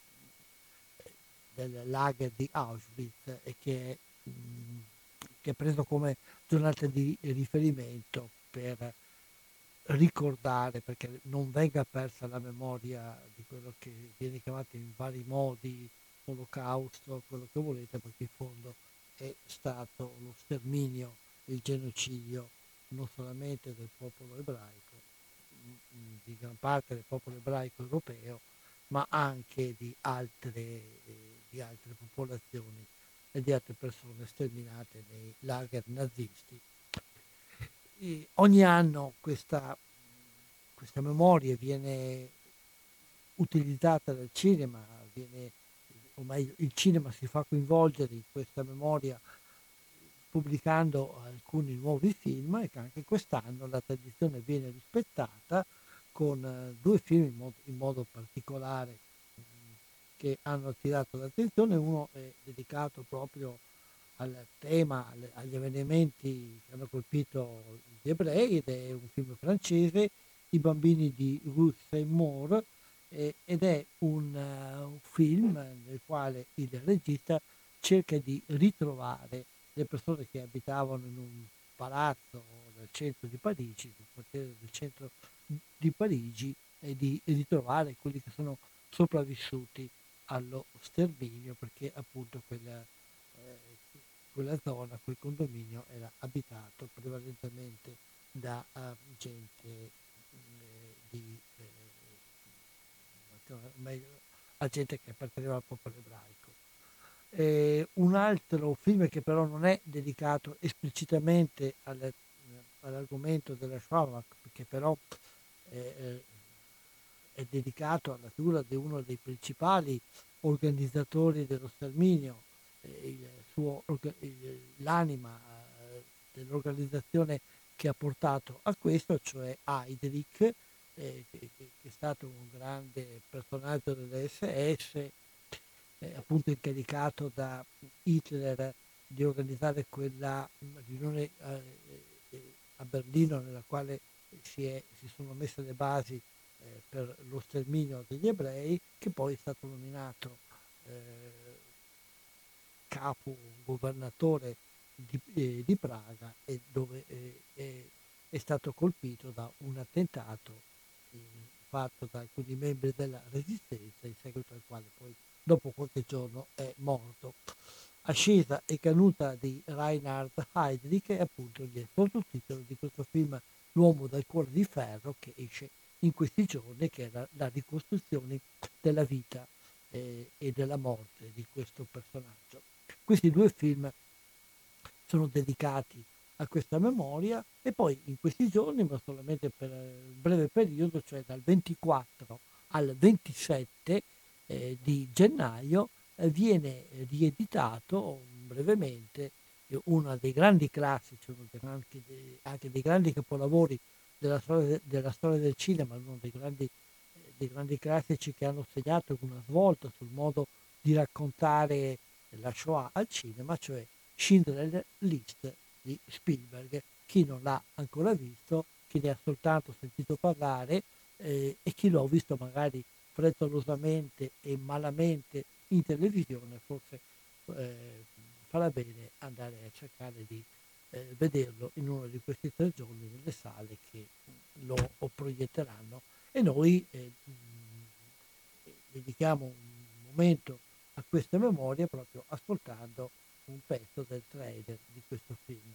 del lager di Auschwitz e che è, mh, che è preso come giornata di riferimento per ricordare, perché non venga persa la memoria di quello che viene chiamato in vari modi olocausto, quello che volete, perché in fondo è stato lo sterminio, il genocidio non solamente del popolo ebraico, di gran parte del popolo ebraico europeo, ma anche di altre, di altre popolazioni e di altre persone sterminate nei lager nazisti. E ogni anno questa, questa memoria viene utilizzata dal cinema, viene, o meglio, il cinema si fa coinvolgere in questa memoria pubblicando alcuni nuovi film, e che anche quest'anno la tradizione viene rispettata con due film in modo, in modo particolare che hanno attirato l'attenzione. Uno è dedicato proprio al tema, agli avvenimenti che hanno colpito gli ebrei, ed è un film francese, I bambini di Ruth Seymour, eh, ed è un, uh, un film nel quale il regista cerca di ritrovare le persone che abitavano in un palazzo nel centro di Parigi, nel quartiere del centro di Parigi, e di ritrovare quelli che sono sopravvissuti allo sterminio, perché appunto quella, eh, quella zona, quel condominio era abitato prevalentemente da uh, gente eh, di eh, meglio, a gente che apparteneva al popolo ebraico. Eh, un altro film che però non è dedicato esplicitamente al, all'argomento della Shoah, ma che però eh, è dedicato alla figura di uno dei principali organizzatori dello sterminio, eh, il suo, il, l'anima eh, dell'organizzazione che ha portato a questo, cioè Heydrich, eh, che, che è stato un grande personaggio dell'esse esse, eh, appunto incaricato da Hitler di organizzare quella riunione eh, a Berlino nella quale si, è, si sono messe le basi eh, per lo sterminio degli ebrei, che poi è stato nominato eh, capo governatore di, eh, di Praga, e dove eh, è, è stato colpito da un attentato eh, fatto da alcuni membri della resistenza, in seguito al quale poi dopo qualche giorno è morto. Ascesa e caduta di Reinhard Heydrich è appunto il sottotitolo di questo film L'uomo dal cuore di ferro, che esce in questi giorni, che è la, la ricostruzione della vita eh, e della morte di questo personaggio. Questi due film sono dedicati a questa memoria, e poi in questi giorni, ma solamente per un breve periodo, cioè dal ventiquattro al ventisette eh, di gennaio, eh, viene rieditato brevemente eh, uno dei grandi classici, uno dei, anche, dei, anche dei grandi capolavori della storia, della storia del cinema, uno dei grandi, eh, dei grandi classici che hanno segnato una svolta sul modo di raccontare la Shoah al cinema, cioè Schindler's List di Spielberg. Chi non l'ha ancora visto, chi ne ha soltanto sentito parlare eh, e chi l'ha visto magari frettolosamente e malamente in televisione, forse eh, farà bene andare a cercare di eh, vederlo in uno di questi tre giorni nelle sale che lo proietteranno, e noi eh, dedichiamo un momento a questa memoria proprio ascoltando un pezzo del trailer di questo film.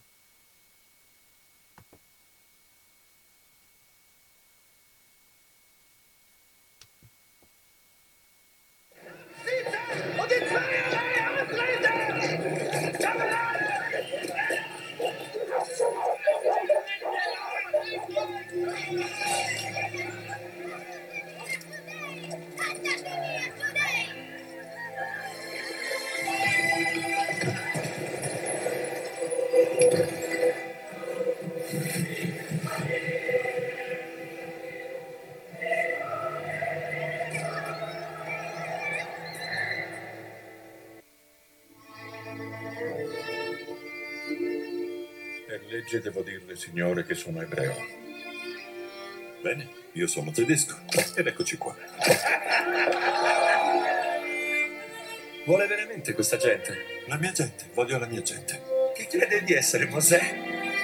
legge devo dirle, signore, che sono ebreo. Bene, io sono tedesco. Ed eccoci qua. Vuole veramente questa gente? La mia gente, voglio la mia gente. Chi crede di essere, Mosè?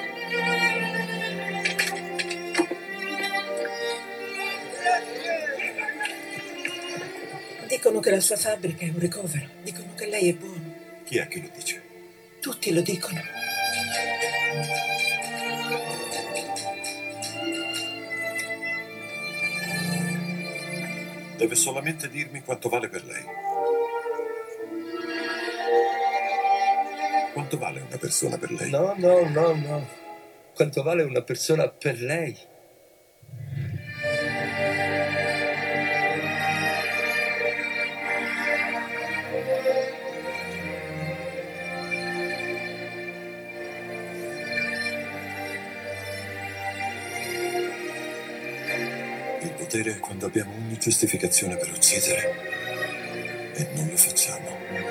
Dicono che la sua fabbrica è un ricovero. Dicono che lei è buono. Chi è che lo dice? Tutti lo dicono. Deve solamente dirmi quanto vale per lei. Quanto vale una persona per lei? No, no, no, no. Quanto vale una persona per lei? Il potere è quando abbiamo ogni giustificazione per uccidere e non lo facciamo.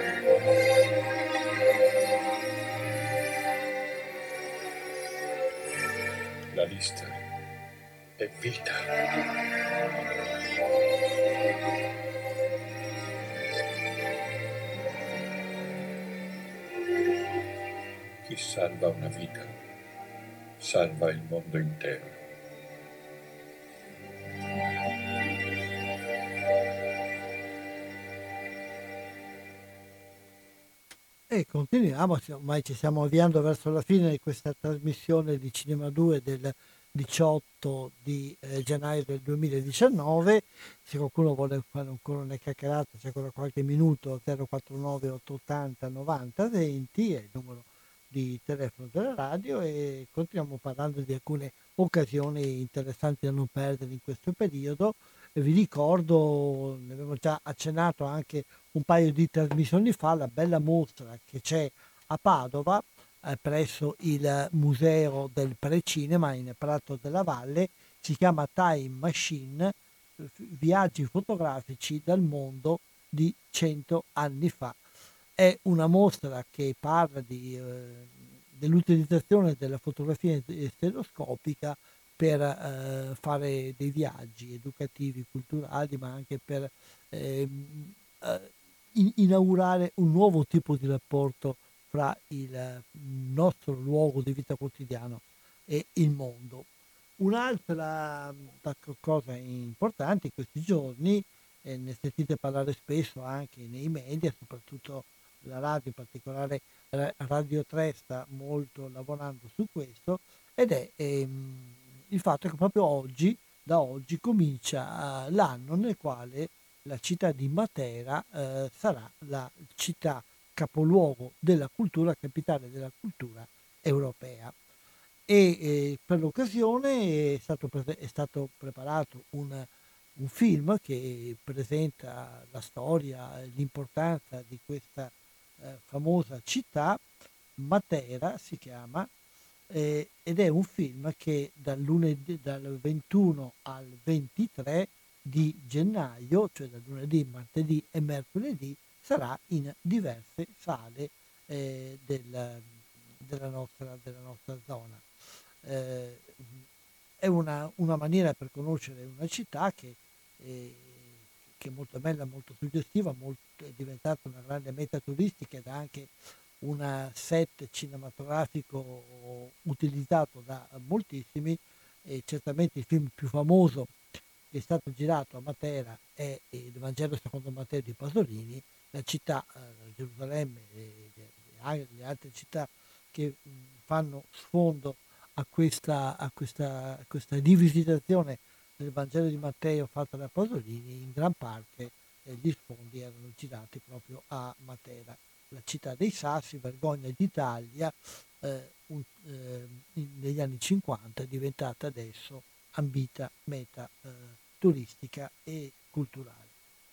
La lista è vita. Chi salva una vita, salva il mondo intero. E continuiamo, ormai ci stiamo avviando verso la fine di questa trasmissione di Cinema due del diciotto di eh, gennaio del duemiladiciannove. Se qualcuno vuole fare ancora una chiacchierata, c'è ancora qualche minuto. Zero quattro nove otto otto zero novanta venti è il numero di telefono della radio, e continuiamo parlando di alcune occasioni interessanti da non perdere in questo periodo. E vi ricordo, ne avevo già accennato anche un paio di trasmissioni fa, la bella mostra che c'è a Padova eh, presso il Museo del Precinema in Prato della Valle, si chiama Time Machine, viaggi fotografici dal mondo di cento anni fa. È una mostra che parla di, eh, dell'utilizzazione della fotografia stereoscopica per eh, fare dei viaggi educativi, culturali, ma anche per eh, eh, inaugurare un nuovo tipo di rapporto fra il nostro luogo di vita quotidiano e il mondo. Un'altra cosa importante in questi giorni, eh, ne sentite parlare spesso anche nei media, soprattutto la radio, in particolare Radio tre sta molto lavorando su questo, ed è ehm, il fatto che proprio oggi, da oggi, comincia uh, l'anno nel quale la città di Matera uh, sarà la città capoluogo della cultura, capitale della cultura europea. E eh, per l'occasione è stato, pre- è stato preparato un, un film che presenta la storia e l'importanza di questa eh, famosa città. Matera si chiama, Eh, ed è un film che dal, lunedì, dal ventuno al ventitré di gennaio, cioè dal lunedì, martedì e mercoledì, sarà in diverse sale eh, del, della, nostra, della nostra zona. Eh, è una, una maniera per conoscere una città che, eh, che è molto bella, molto suggestiva, molto, è diventata una grande meta turistica ed anche un set cinematografico utilizzato da moltissimi, e certamente il film più famoso che è stato girato a Matera è Il Vangelo secondo Matteo di Pasolini. La città, eh, Gerusalemme e le altre città che fanno sfondo a questa, a questa, a questa rivisitazione del Vangelo di Matteo fatta da Pasolini, in gran parte eh, gli sfondi erano girati proprio a Matera. La città dei Sassi, vergogna d'Italia, eh, un, eh, negli anni cinquanta è diventata adesso ambita meta eh, turistica e culturale.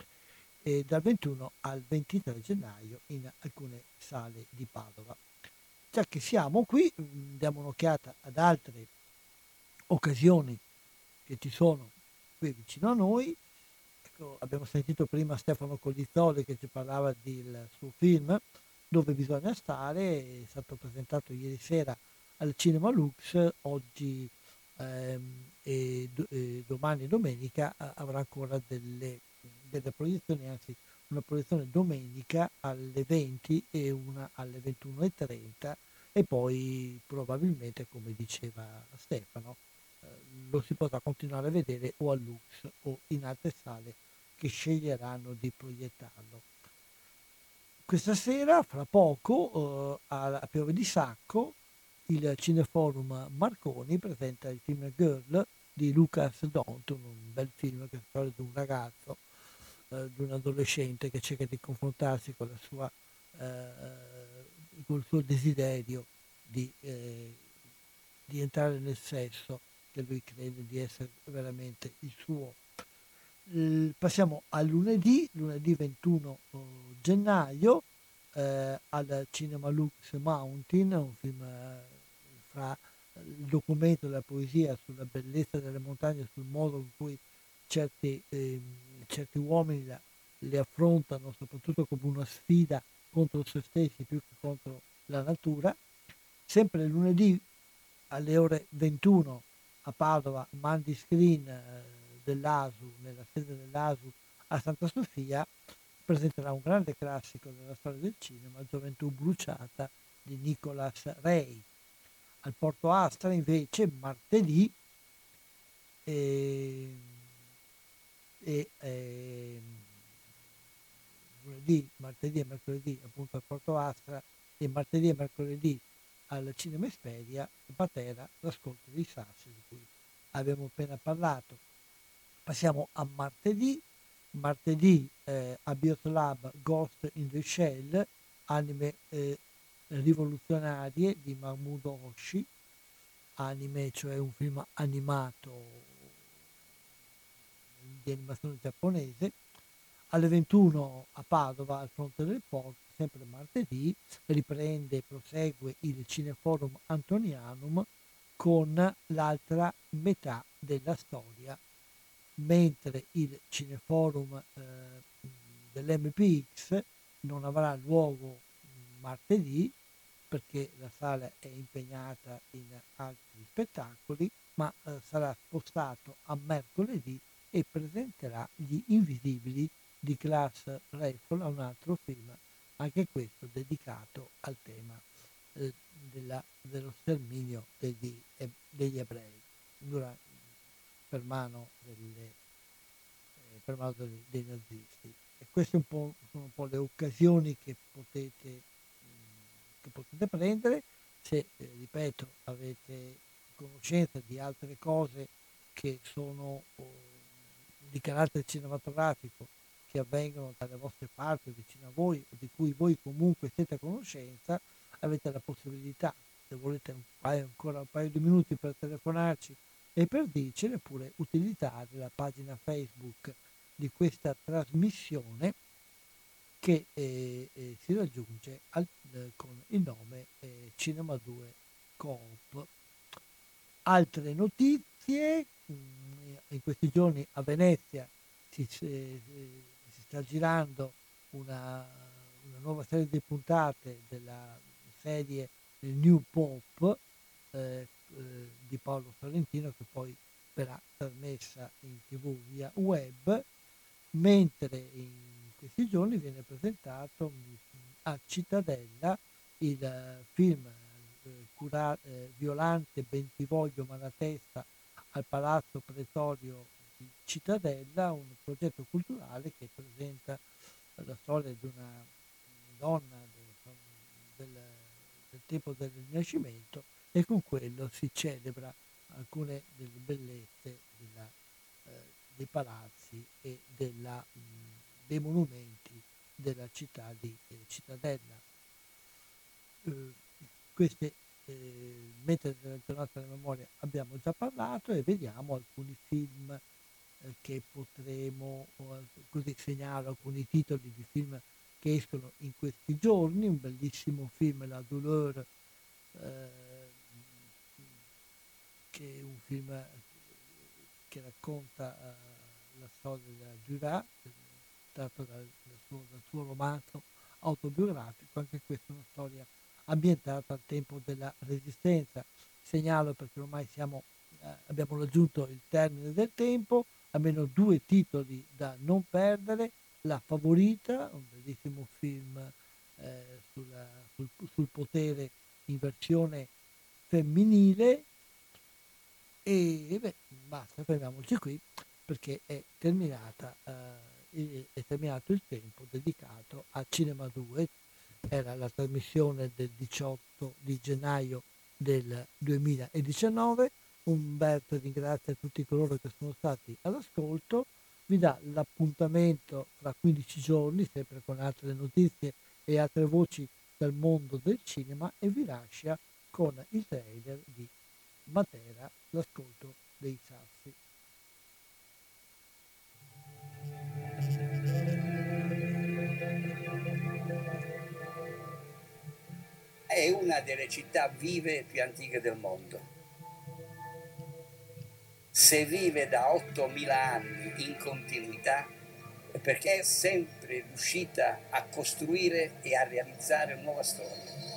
E dal ventuno al ventitré gennaio in alcune sale di Padova. Già che siamo qui, diamo un'occhiata ad altre occasioni che ci sono qui vicino a noi. Ecco, abbiamo sentito prima Stefano Colizzoli che ci parlava del suo film Dove bisogna stare, è stato presentato ieri sera al Cinema Lux oggi ehm, e, do- e domani e domenica eh, avrà ancora delle, delle proiezioni, anzi una proiezione domenica alle venti e una alle ventuno e trenta e poi probabilmente, come diceva Stefano, eh, lo si potrà continuare a vedere o al Lux o in altre sale che sceglieranno di proiettarlo. Questa sera, fra poco, eh, a a Pieve di Sacco, il Cineforum Marconi presenta il film Girl di Lucas Donton, un bel film che parla di un ragazzo, eh, di un adolescente che cerca di confrontarsi con la sua, eh, col suo desiderio di, eh, di entrare nel sesso, che lui crede di essere veramente il suo. Eh, passiamo a lunedì, lunedì ventuno gennaio, eh, al Cinema Lux Mountain, un film eh, fra il documento della poesia sulla bellezza delle montagne, sul modo in cui certi, eh, certi uomini la, le affrontano, soprattutto come una sfida contro se stessi più che contro la natura. Sempre lunedì alle ore ventuno a Padova, Mandy Screen eh, dell'A S U, nella sede dell'A S U a Santa Sofia, presenterà un grande classico della storia del cinema, Gioventù bruciata di Nicolas Rey. Al Porto Astra invece martedì e, e, e lunedì, martedì e mercoledì appunto al Porto Astra e martedì e mercoledì al Cinema Esperia, Matera, l'ascolto dei sassi di cui abbiamo appena parlato. Passiamo a martedì, martedì eh, a Bioslab Ghost in the Shell, anime eh, rivoluzionarie di Mahmoud Oshii, anime, cioè un film animato di animazione giapponese. Alle ventuno a Padova, al Fronte del Porto, sempre martedì, riprende e prosegue il Cineforum Antonianum con l'altra metà della storia, mentre il Cineforum eh, dell'M P X non avrà luogo martedì perché la sala è impegnata in altri spettacoli, ma eh, sarà spostato a mercoledì e presenterà Gli Invisibili di Klaas Reffel, un altro film, anche questo dedicato al tema eh, della, dello sterminio degli, eh, degli ebrei durante, per mano, delle, eh, per mano dei, dei nazisti. E queste un po', sono un po' le occasioni che potete, mh, che potete prendere se, eh, ripeto, avete conoscenza di altre cose che sono oh, di carattere cinematografico, che avvengono dalle vostre parti, vicino a voi, di cui voi comunque siete a conoscenza, avete la possibilità, se volete un paio, ancora un paio di minuti per telefonarci e per dircene, pure utilizzare la pagina Facebook di questa trasmissione che eh, eh, si raggiunge al, eh, con il nome eh, Cinema due Coop. Altre notizie, mh, in questi giorni a Venezia si, eh, si sta girando una, una nuova serie di puntate della serie New Pop eh, eh, di Paolo Sorrentino, che poi verrà trasmessa in tv via web, mentre in questi giorni viene presentato a Cittadella il film eh, cura, eh, Violante Bentivoglio Malatesta al Palazzo Pretorio di Cittadella, un progetto culturale che presenta la storia di una donna del, del, del tempo del Rinascimento, e con quello si celebra alcune delle bellezze della, eh, dei palazzi e della, mh, dei monumenti della città di eh, Cittadella. Eh, queste eh, mete della giornata della memoria abbiamo già parlato, e vediamo alcuni film eh, che potremo, così segnalo alcuni titoli di film che escono in questi giorni. Un bellissimo film, La Douleur, eh, che è un film che racconta uh, la storia della Jura, tratto dal, dal, suo, dal suo romanzo autobiografico. Anche questa è una storia ambientata al tempo della Resistenza. Segnalo perché ormai siamo, eh, abbiamo raggiunto il termine del tempo, almeno due titoli da non perdere: La Favorita, un bellissimo film eh, sulla, sul, sul potere in versione femminile, e beh, basta, fermiamoci qui perché è terminata eh, è terminato il tempo dedicato a Cinema due. Era la trasmissione del diciotto di gennaio del duemiladiciannove. Umberto ringrazia tutti coloro che sono stati all'ascolto, vi dà l'appuntamento fra quindici giorni, sempre con altre notizie e altre voci dal mondo del cinema, e vi lascia con il trailer di Matera, L'ascolto dei sassi. È una delle città vive e più antiche del mondo. Se vive da ottomila anni in continuità è perché è sempre riuscita a costruire e a realizzare nuova storia.